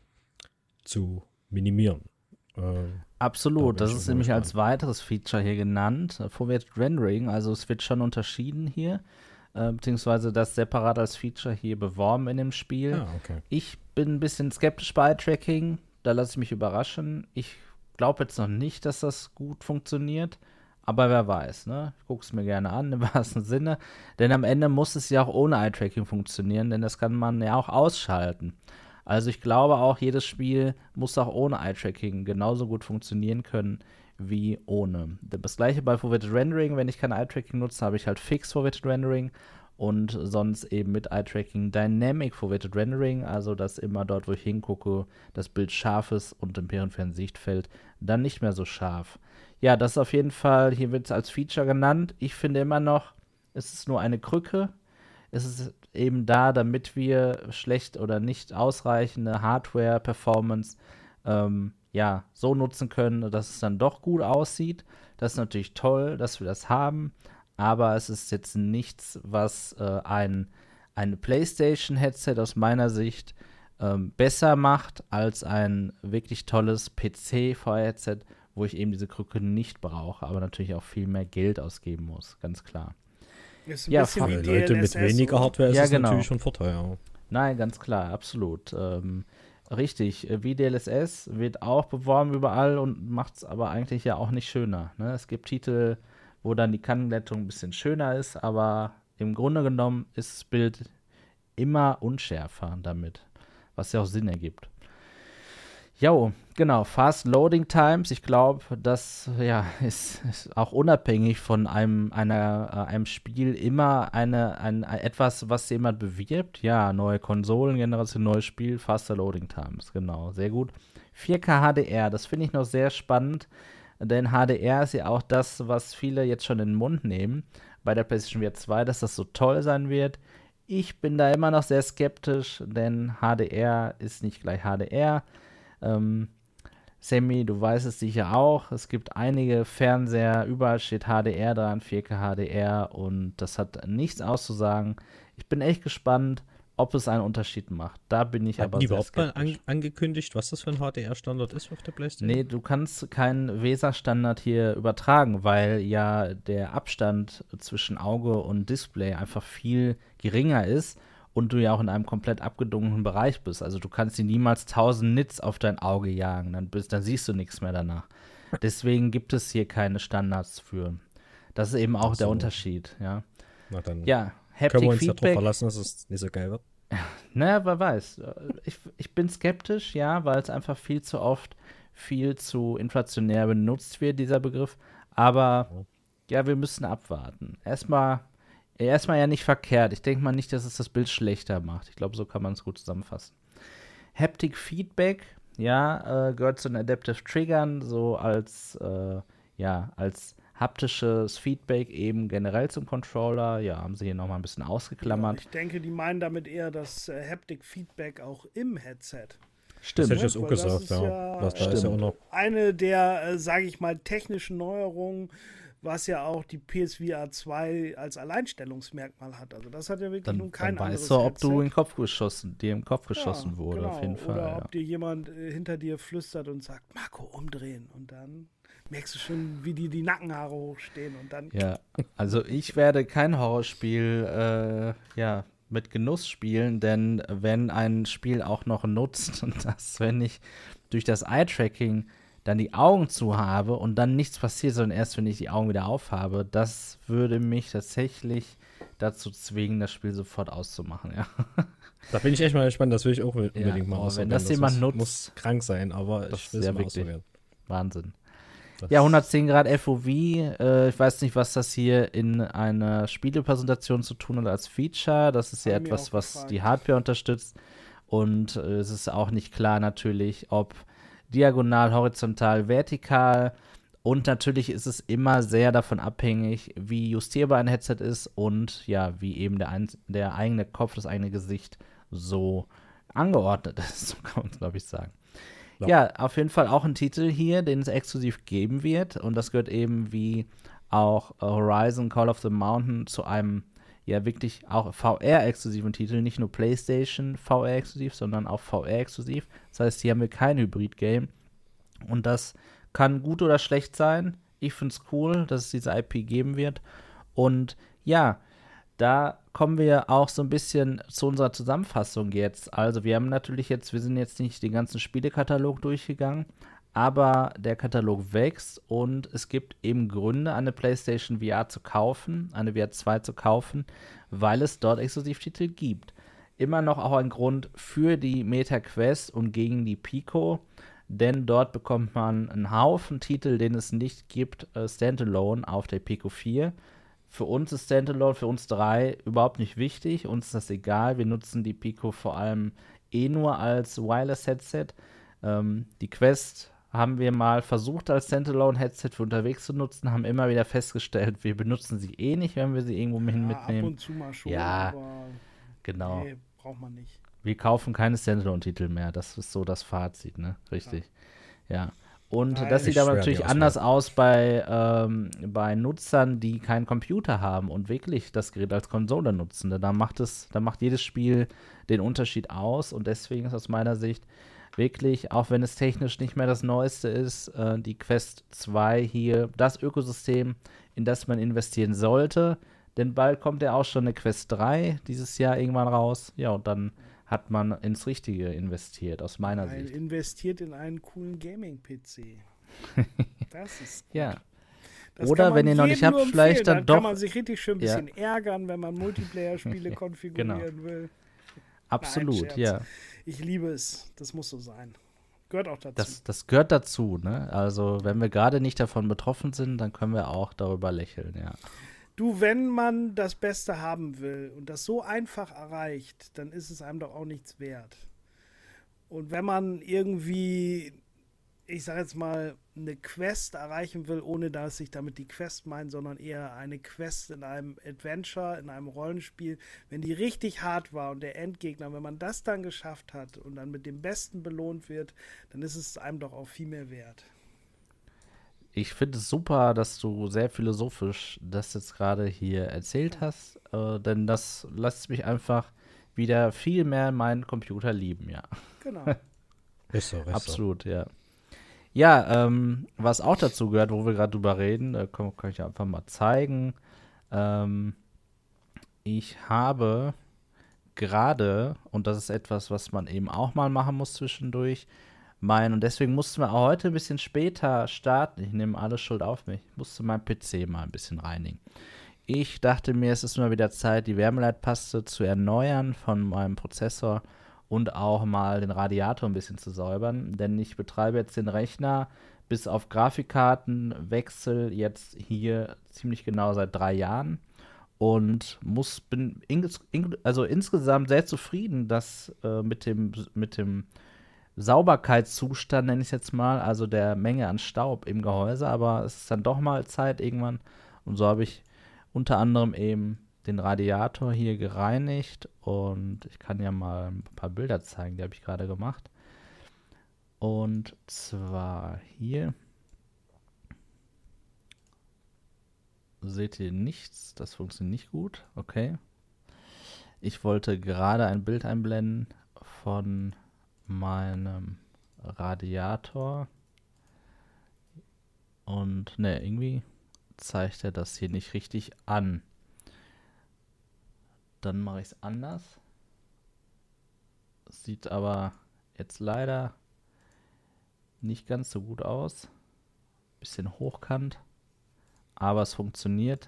zu minimieren. Ähm, Absolut, da das ist nämlich als weiteres Feature hier genannt, Forward Rendering, also es wird schon unterschieden hier, äh, beziehungsweise das separat als Feature hier beworben in dem Spiel. Ah, okay. Ich bin ein bisschen skeptisch bei Eye-Tracking, da lasse ich mich überraschen. Ich glaube jetzt noch nicht, dass das gut funktioniert, aber wer weiß, ne? Ich gucke es mir gerne an, im wahrsten Sinne, denn am Ende muss es ja auch ohne Eye-Tracking funktionieren, denn das kann man ja auch ausschalten. Also ich glaube auch, jedes Spiel muss auch ohne Eye-Tracking genauso gut funktionieren können wie ohne. Das gleiche bei Forward Rendering, wenn ich kein Eye-Tracking nutze, habe ich halt fix Forward Rendering und sonst eben mit Eye-Tracking Dynamic Forward Rendering, also dass immer dort, wo ich hingucke, das Bild scharf ist und im peripheren Sichtfeld dann nicht mehr so scharf. Ja, das ist auf jeden Fall, hier wird es als Feature genannt. Ich finde immer noch, es ist nur eine Krücke. Es ist eben da, damit wir schlecht oder nicht ausreichende Hardware-Performance ähm, ja, so nutzen können, dass es dann doch gut aussieht. Das ist natürlich toll, dass wir das haben, aber es ist jetzt nichts, was äh, ein, ein PlayStation-Headset aus meiner Sicht ähm, besser macht als ein wirklich tolles P C-V R-Headset, wo ich eben diese Krücke nicht brauche, aber natürlich auch viel mehr Geld ausgeben muss, ganz klar. Ist ein Ja, bisschen Für wie Leute D L S S, mit weniger oder? Hardware ist Ja, es genau. natürlich schon ein Vorteil, ja. Nein, ganz klar, absolut. Ähm, richtig, äh, wie D L S S wird auch beworben überall und macht es aber eigentlich ja auch nicht schöner. Ne? Es gibt Titel, wo dann die Kannenglättung ein bisschen schöner ist, aber im Grunde genommen ist das Bild immer unschärfer damit, was ja auch Sinn ergibt. Jo, genau, Fast Loading Times, ich glaube, das ja, ist, ist auch unabhängig von einem, einer, äh, einem Spiel immer eine, ein, ein, etwas, was jemand bewirbt. Ja, neue Konsolengeneration, neues Spiel, Faster Loading Times, genau, sehr gut. vier K H D R, das finde ich noch sehr spannend, denn H D R ist ja auch das, was viele jetzt schon in den Mund nehmen bei der PlayStation V R zwei, dass das so toll sein wird. Ich bin da immer noch sehr skeptisch, denn H D R ist nicht gleich H D R. Ähm, Sammy, du weißt es sicher auch, es gibt einige Fernseher, überall steht H D R dran, vier K H D R und das hat nichts auszusagen. Ich bin echt gespannt, ob es einen Unterschied macht. Da bin ich Hat aber die sehr überhaupt mal skeptisch. an, angekündigt, was das für ein H D R-Standard ist auf der PlayStation? Nee, du kannst keinen Weser-Standard hier übertragen, weil ja der Abstand zwischen Auge und Display einfach viel geringer ist und du ja auch in einem komplett abgedunkelten Bereich bist. Also du kannst dir niemals tausend Nits auf dein Auge jagen, dann, bist, dann siehst du nichts mehr danach. Deswegen gibt es hier keine Standards für. Das ist eben auch Ach so. der Unterschied, ja. Na dann Ja, können wir uns ja drauf Haptic-Feedback. verlassen, dass es nicht so geil wird. Naja, wer weiß. Ich, ich bin skeptisch, ja, weil es einfach viel zu oft viel zu inflationär benutzt wird, dieser Begriff. Aber ja, wir müssen abwarten. Erstmal, erstmal ja nicht verkehrt. Ich denke mal nicht, dass es das Bild schlechter macht. Ich glaube, so kann man es gut zusammenfassen. Haptic Feedback, ja, äh, gehört zu den Adaptive Triggern, so als, äh, ja, als haptisches Feedback eben generell zum Controller. Ja, haben sie hier nochmal ein bisschen Ja, ausgeklammert. ich denke, die meinen damit eher das äh, Haptic-Feedback auch im Headset. Das Stimmt. hätte ich jetzt auch Weil das gesagt, ist ja. ja- Das, da ist ja auch noch. Eine der, äh, sage ich mal, technischen Neuerungen, was ja auch die P S V R zwei als Alleinstellungsmerkmal hat. Also das hat ja wirklich Dann, nun kein dann anderes weißt du, ob du in Headset. den Kopf geschossen, dir im Kopf geschossen Ja, wurde, genau. auf jeden Fall. Oder Ja. ob dir jemand äh, hinter dir flüstert und sagt, Marco, umdrehen. Und dann merkst du schon, wie dir die Nackenhaare hochstehen. Und dann Ja, also ich werde kein Horrorspiel äh, ja, mit Genuss spielen, denn wenn ein Spiel auch noch nutzt, und das, wenn ich durch das Eye-Tracking dann die Augen zu habe und dann nichts passiert, sondern erst, wenn ich die Augen wieder aufhabe, das würde mich tatsächlich dazu zwingen, das Spiel sofort auszumachen, ja. Da bin ich echt mal gespannt, das will ich auch unbedingt Ja, mal aber ausprobieren. wenn das jemand muss, nutzt- muss krank sein, aber Das ich will ist es ja mal wirklich- ausprobieren. Wahnsinn. Das- Ja, hundertzehn Grad F O V, äh, ich weiß nicht, was das hier in einer Spielepräsentation zu tun hat als Feature. Das ist ja Hat mir etwas, auch was gefallen. die Hardware unterstützt. Und äh, es ist auch nicht klar natürlich, ob diagonal, horizontal, vertikal. Und natürlich ist es immer sehr davon abhängig, wie justierbar ein Headset ist und ja, wie eben der, ein, der eigene Kopf, das eigene Gesicht so angeordnet ist, so kann man es, glaube ich, sagen. Ja. Ja, auf jeden Fall auch ein Titel hier, den es exklusiv geben wird. Und das gehört eben wie auch äh, Horizon Call of the Mountain zu einem ja wirklich auch V R-exklusiven Titel. Nicht nur PlayStation V R-exklusiv, sondern auch V R-exklusiv. Das heißt, hier haben wir kein Hybrid-Game. Und das kann gut oder schlecht sein. Ich finde es cool, dass es diese I P geben wird. Und ja, da kommen wir auch so ein bisschen zu unserer Zusammenfassung jetzt. Also wir haben natürlich jetzt, wir sind jetzt nicht den ganzen Spielekatalog durchgegangen, aber der Katalog wächst und es gibt eben Gründe, eine PlayStation V R zu kaufen, eine V R zwei zu kaufen, weil es dort Exklusivtitel gibt. Immer noch auch ein Grund für die Meta Quest und gegen die Pico, denn dort bekommt man einen Haufen Titel, den es nicht gibt, äh, Standalone auf der Pico vier. Für uns ist Standalone, für uns drei überhaupt nicht wichtig. Uns ist das egal. Wir nutzen die Pico vor allem eh nur als Wireless-Headset. Ähm, die Quest haben wir mal versucht als Standalone-Headset für unterwegs zu nutzen, haben immer wieder festgestellt, wir benutzen sie eh nicht, wenn wir sie irgendwo hin ja, ab mitnehmen. und zu mal schon, Ja, aber Genau. nee, braucht man nicht. Wir kaufen keine Standalone-Titel mehr. Das ist so das Fazit, ne? Richtig. Ja. Und Nein, das ist sieht aber schwer, natürlich die Auswahl. anders aus bei, ähm, bei Nutzern, die keinen Computer haben und wirklich das Gerät als Konsole nutzen. Da macht es, da macht jedes Spiel den Unterschied aus und deswegen ist aus meiner Sicht wirklich, auch wenn es technisch nicht mehr das Neueste ist, äh, die Quest zwei hier das Ökosystem, in das man investieren sollte. Denn bald kommt ja auch schon eine Quest drei dieses Jahr irgendwann raus. Ja, und dann hat man ins Richtige investiert, aus meiner Ein, Sicht. investiert in einen coolen Gaming-P C. Das ist gut. Ja. Das Oder kann man wenn ihr noch jedem nicht habt, nur vielleicht empfehlen. dann Dann doch- kann man sich richtig schön ein Ja. bisschen ärgern, wenn man Multiplayer-Spiele Genau. konfigurieren will. Absolut, Scherz. ja. Ich liebe es. Das muss so sein. Gehört auch dazu. Das, das gehört dazu, ne? Also, wenn wir gerade nicht davon betroffen sind, dann können wir auch darüber lächeln, ja. Du, wenn man das Beste haben will und das so einfach erreicht, dann ist es einem doch auch nichts wert. Und wenn man irgendwie, ich sage jetzt mal, eine Quest erreichen will, ohne dass ich damit die Quest meine, sondern eher eine Quest in einem Adventure, in einem Rollenspiel, wenn die richtig hart war und der Endgegner, wenn man das dann geschafft hat und dann mit dem Besten belohnt wird, dann ist es einem doch auch viel mehr wert. Ich finde es super, dass du sehr philosophisch das jetzt gerade hier erzählt hast, äh, denn das lässt mich einfach wieder viel mehr meinen Computer lieben, ja. Genau. Ist so, ist Absolut, so. ja. Ja, ähm, was auch dazu gehört, wo wir gerade drüber reden, äh, kann, kann ich einfach mal zeigen. Ähm, ich habe gerade, und das ist etwas, was man eben auch mal machen muss zwischendurch, mein, und deswegen mussten wir auch heute ein bisschen später starten. Ich nehme alle Schuld auf mich. Ich musste meinen P C mal ein bisschen reinigen. Ich dachte mir, es ist mal wieder Zeit, die Wärmeleitpaste zu erneuern von meinem Prozessor und auch mal den Radiator ein bisschen zu säubern, denn ich betreibe jetzt den Rechner bis auf Grafikkartenwechsel jetzt hier ziemlich genau seit drei Jahren und muss bin in, in, also insgesamt sehr zufrieden, dass äh, mit dem mit dem Sauberkeitszustand, nenne ich es jetzt mal, also der Menge an Staub im Gehäuse, aber es ist dann doch mal Zeit irgendwann und so habe ich unter anderem eben den Radiator hier gereinigt und ich kann ja mal ein paar Bilder zeigen, die habe ich gerade gemacht. Und zwar hier seht ihr nichts, das funktioniert nicht gut, okay. Ich wollte gerade ein Bild einblenden von meinem Radiator und ne, irgendwie zeigt er das hier nicht richtig an. Dann mache ich es anders. Sieht aber jetzt leider nicht ganz so gut aus. Bisschen hochkant. Aber es funktioniert.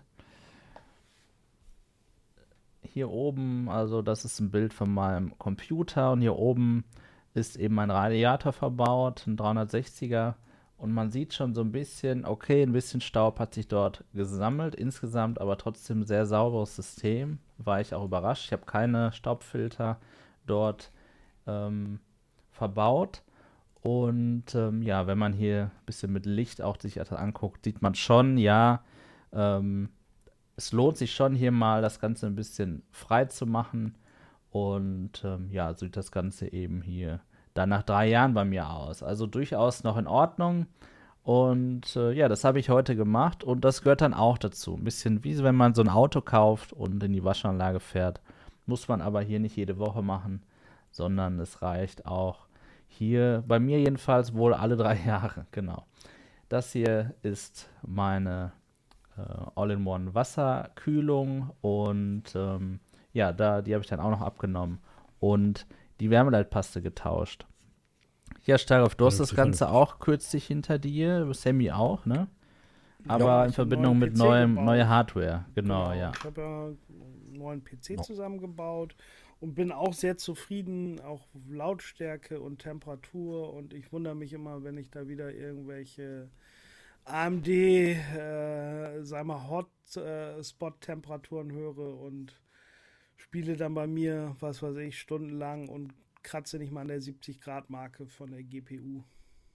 Hier oben, also das ist ein Bild von meinem Computer. Und hier oben ist eben mein Radiator verbaut. Ein dreihundertsechziger. Und man sieht schon so ein bisschen, okay, ein bisschen Staub hat sich dort gesammelt. Insgesamt aber trotzdem ein sehr sauberes System. War ich auch überrascht. Ich habe keine Staubfilter dort ähm, verbaut. Und ähm, ja, wenn man hier ein bisschen mit Licht auch sich das anguckt, sieht man schon, ja, ähm, es lohnt sich schon hier mal das Ganze ein bisschen frei zu machen. Und ähm, ja, so sieht das Ganze eben hier dann nach drei Jahren bei mir aus. Also durchaus noch in Ordnung. Und äh, ja, das habe ich heute gemacht und das gehört dann auch dazu. Ein bisschen wie wenn man so ein Auto kauft und in die Waschanlage fährt. Muss man aber hier nicht jede Woche machen, sondern es reicht auch hier, bei mir jedenfalls wohl alle drei Jahre. Genau. Das hier ist meine äh, All-in-One Wasserkühlung und ähm, ja, da, die habe ich dann auch noch abgenommen und die Wärmeleitpaste getauscht. Ja, Starov, du hast das Ganze auch kürzlich hinter dir, Sammy auch, ne? Aber ja, in Verbindung mit neuem, neue Hardware, genau, genau. ja. Ich habe ja einen neuen P C zusammengebaut und bin auch sehr zufrieden, auch Lautstärke und Temperatur und ich wundere mich immer, wenn ich da wieder irgendwelche A M D, äh, sag mal, Hotspot-Temperaturen höre und spiele dann bei mir, was weiß ich, stundenlang und kratze nicht mal an der siebzig-Grad-Marke von der G P U.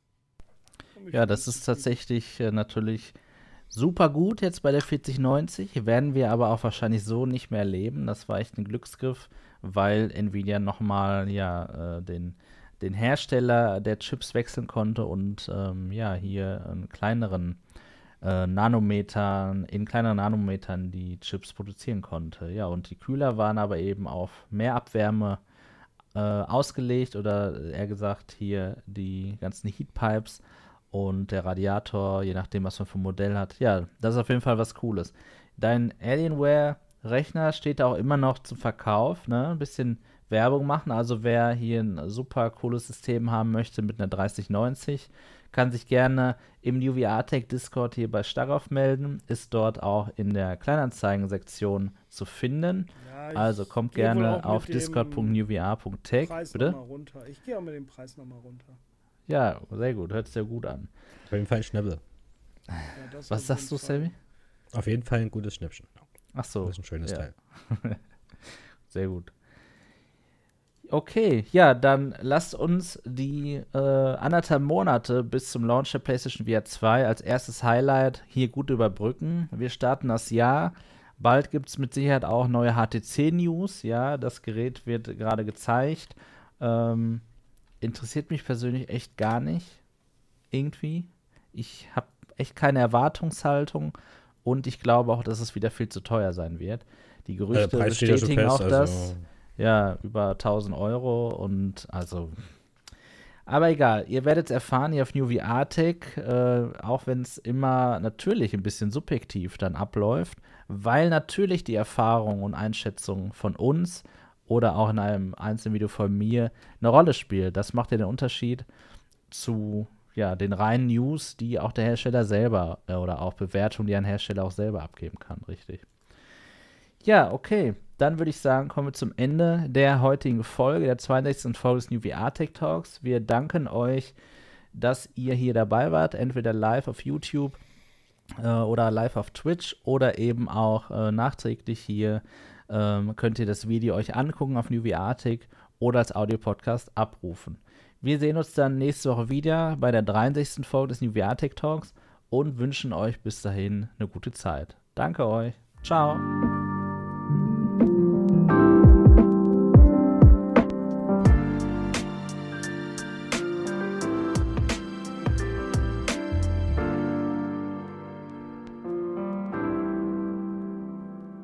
Ja, das ist tatsächlich äh, natürlich super gut jetzt bei der vierzig neunzig. Werden wir aber auch wahrscheinlich so nicht mehr erleben. Das war echt ein Glücksgriff, weil Nvidia nochmal ja, äh, den, den Hersteller der Chips wechseln konnte und ähm, ja, hier einen kleineren äh, Nanometern, in kleineren Nanometern die Chips produzieren konnte. Ja, und die Kühler waren aber eben auf mehr Abwärme äh, ausgelegt oder eher gesagt hier die ganzen Heatpipes und der Radiator, je nachdem, was man für ein Modell hat. Ja, das ist auf jeden Fall was Cooles. Dein Alienware-Rechner steht auch immer noch zum Verkauf, ne? Ein bisschen Werbung machen. Also wer hier ein super cooles System haben möchte mit einer dreißig neunzig, kann sich gerne im U V A Tech Discord hier bei Starov melden. Ist dort auch in der Kleinanzeigen-Sektion zu finden. Ja, also kommt gerne auf discord punkt u v a punkt tech. Bitte? Runter. Ich gehe auch mit dem Preis nochmal runter. Ja, sehr gut. Hört sich ja gut an. Auf jeden Fall ein Schnäppel. Ja, was sagst du, Sammy? Auf jeden Fall ein gutes Schnäppchen. Ach so. Das ist ein schönes ja. Teil. Sehr gut. Okay, ja, dann lasst uns die äh, anderthalb Monate bis zum Launch der PlayStation V R zwei als erstes Highlight hier gut überbrücken. Wir starten das Jahr. Bald gibt es mit Sicherheit auch neue H T C-News. Ja, das Gerät wird gerade gezeigt. Ähm, interessiert mich persönlich echt gar nicht. Irgendwie. Ich habe echt keine Erwartungshaltung. Und ich glaube auch, dass es wieder viel zu teuer sein wird. Die Gerüchte ja, bestätigen fest, auch das. Also ja, über tausend Euro und also, aber egal, ihr werdet es erfahren hier auf New V R Tech, äh, auch wenn es immer natürlich ein bisschen subjektiv dann abläuft, weil natürlich die Erfahrung und Einschätzung von uns oder auch in einem einzelnen Video von mir eine Rolle spielt. Das macht ja den Unterschied zu ja, den reinen News, die auch der Hersteller selber äh, oder auch Bewertungen, die ein Hersteller auch selber abgeben kann, richtig. Ja, okay. Dann würde ich sagen, kommen wir zum Ende der heutigen Folge, der zweiundsechzigsten Folge des New V R Tech Talks. Wir danken euch, dass ihr hier dabei wart, entweder live auf YouTube äh, oder live auf Twitch oder eben auch äh, nachträglich hier ähm, könnt ihr das Video euch angucken auf New V R Tech oder als Audio-Podcast abrufen. Wir sehen uns dann nächste Woche wieder bei der dreiundsechzigsten Folge des New V R Tech Talks und wünschen euch bis dahin eine gute Zeit. Danke euch. Ciao.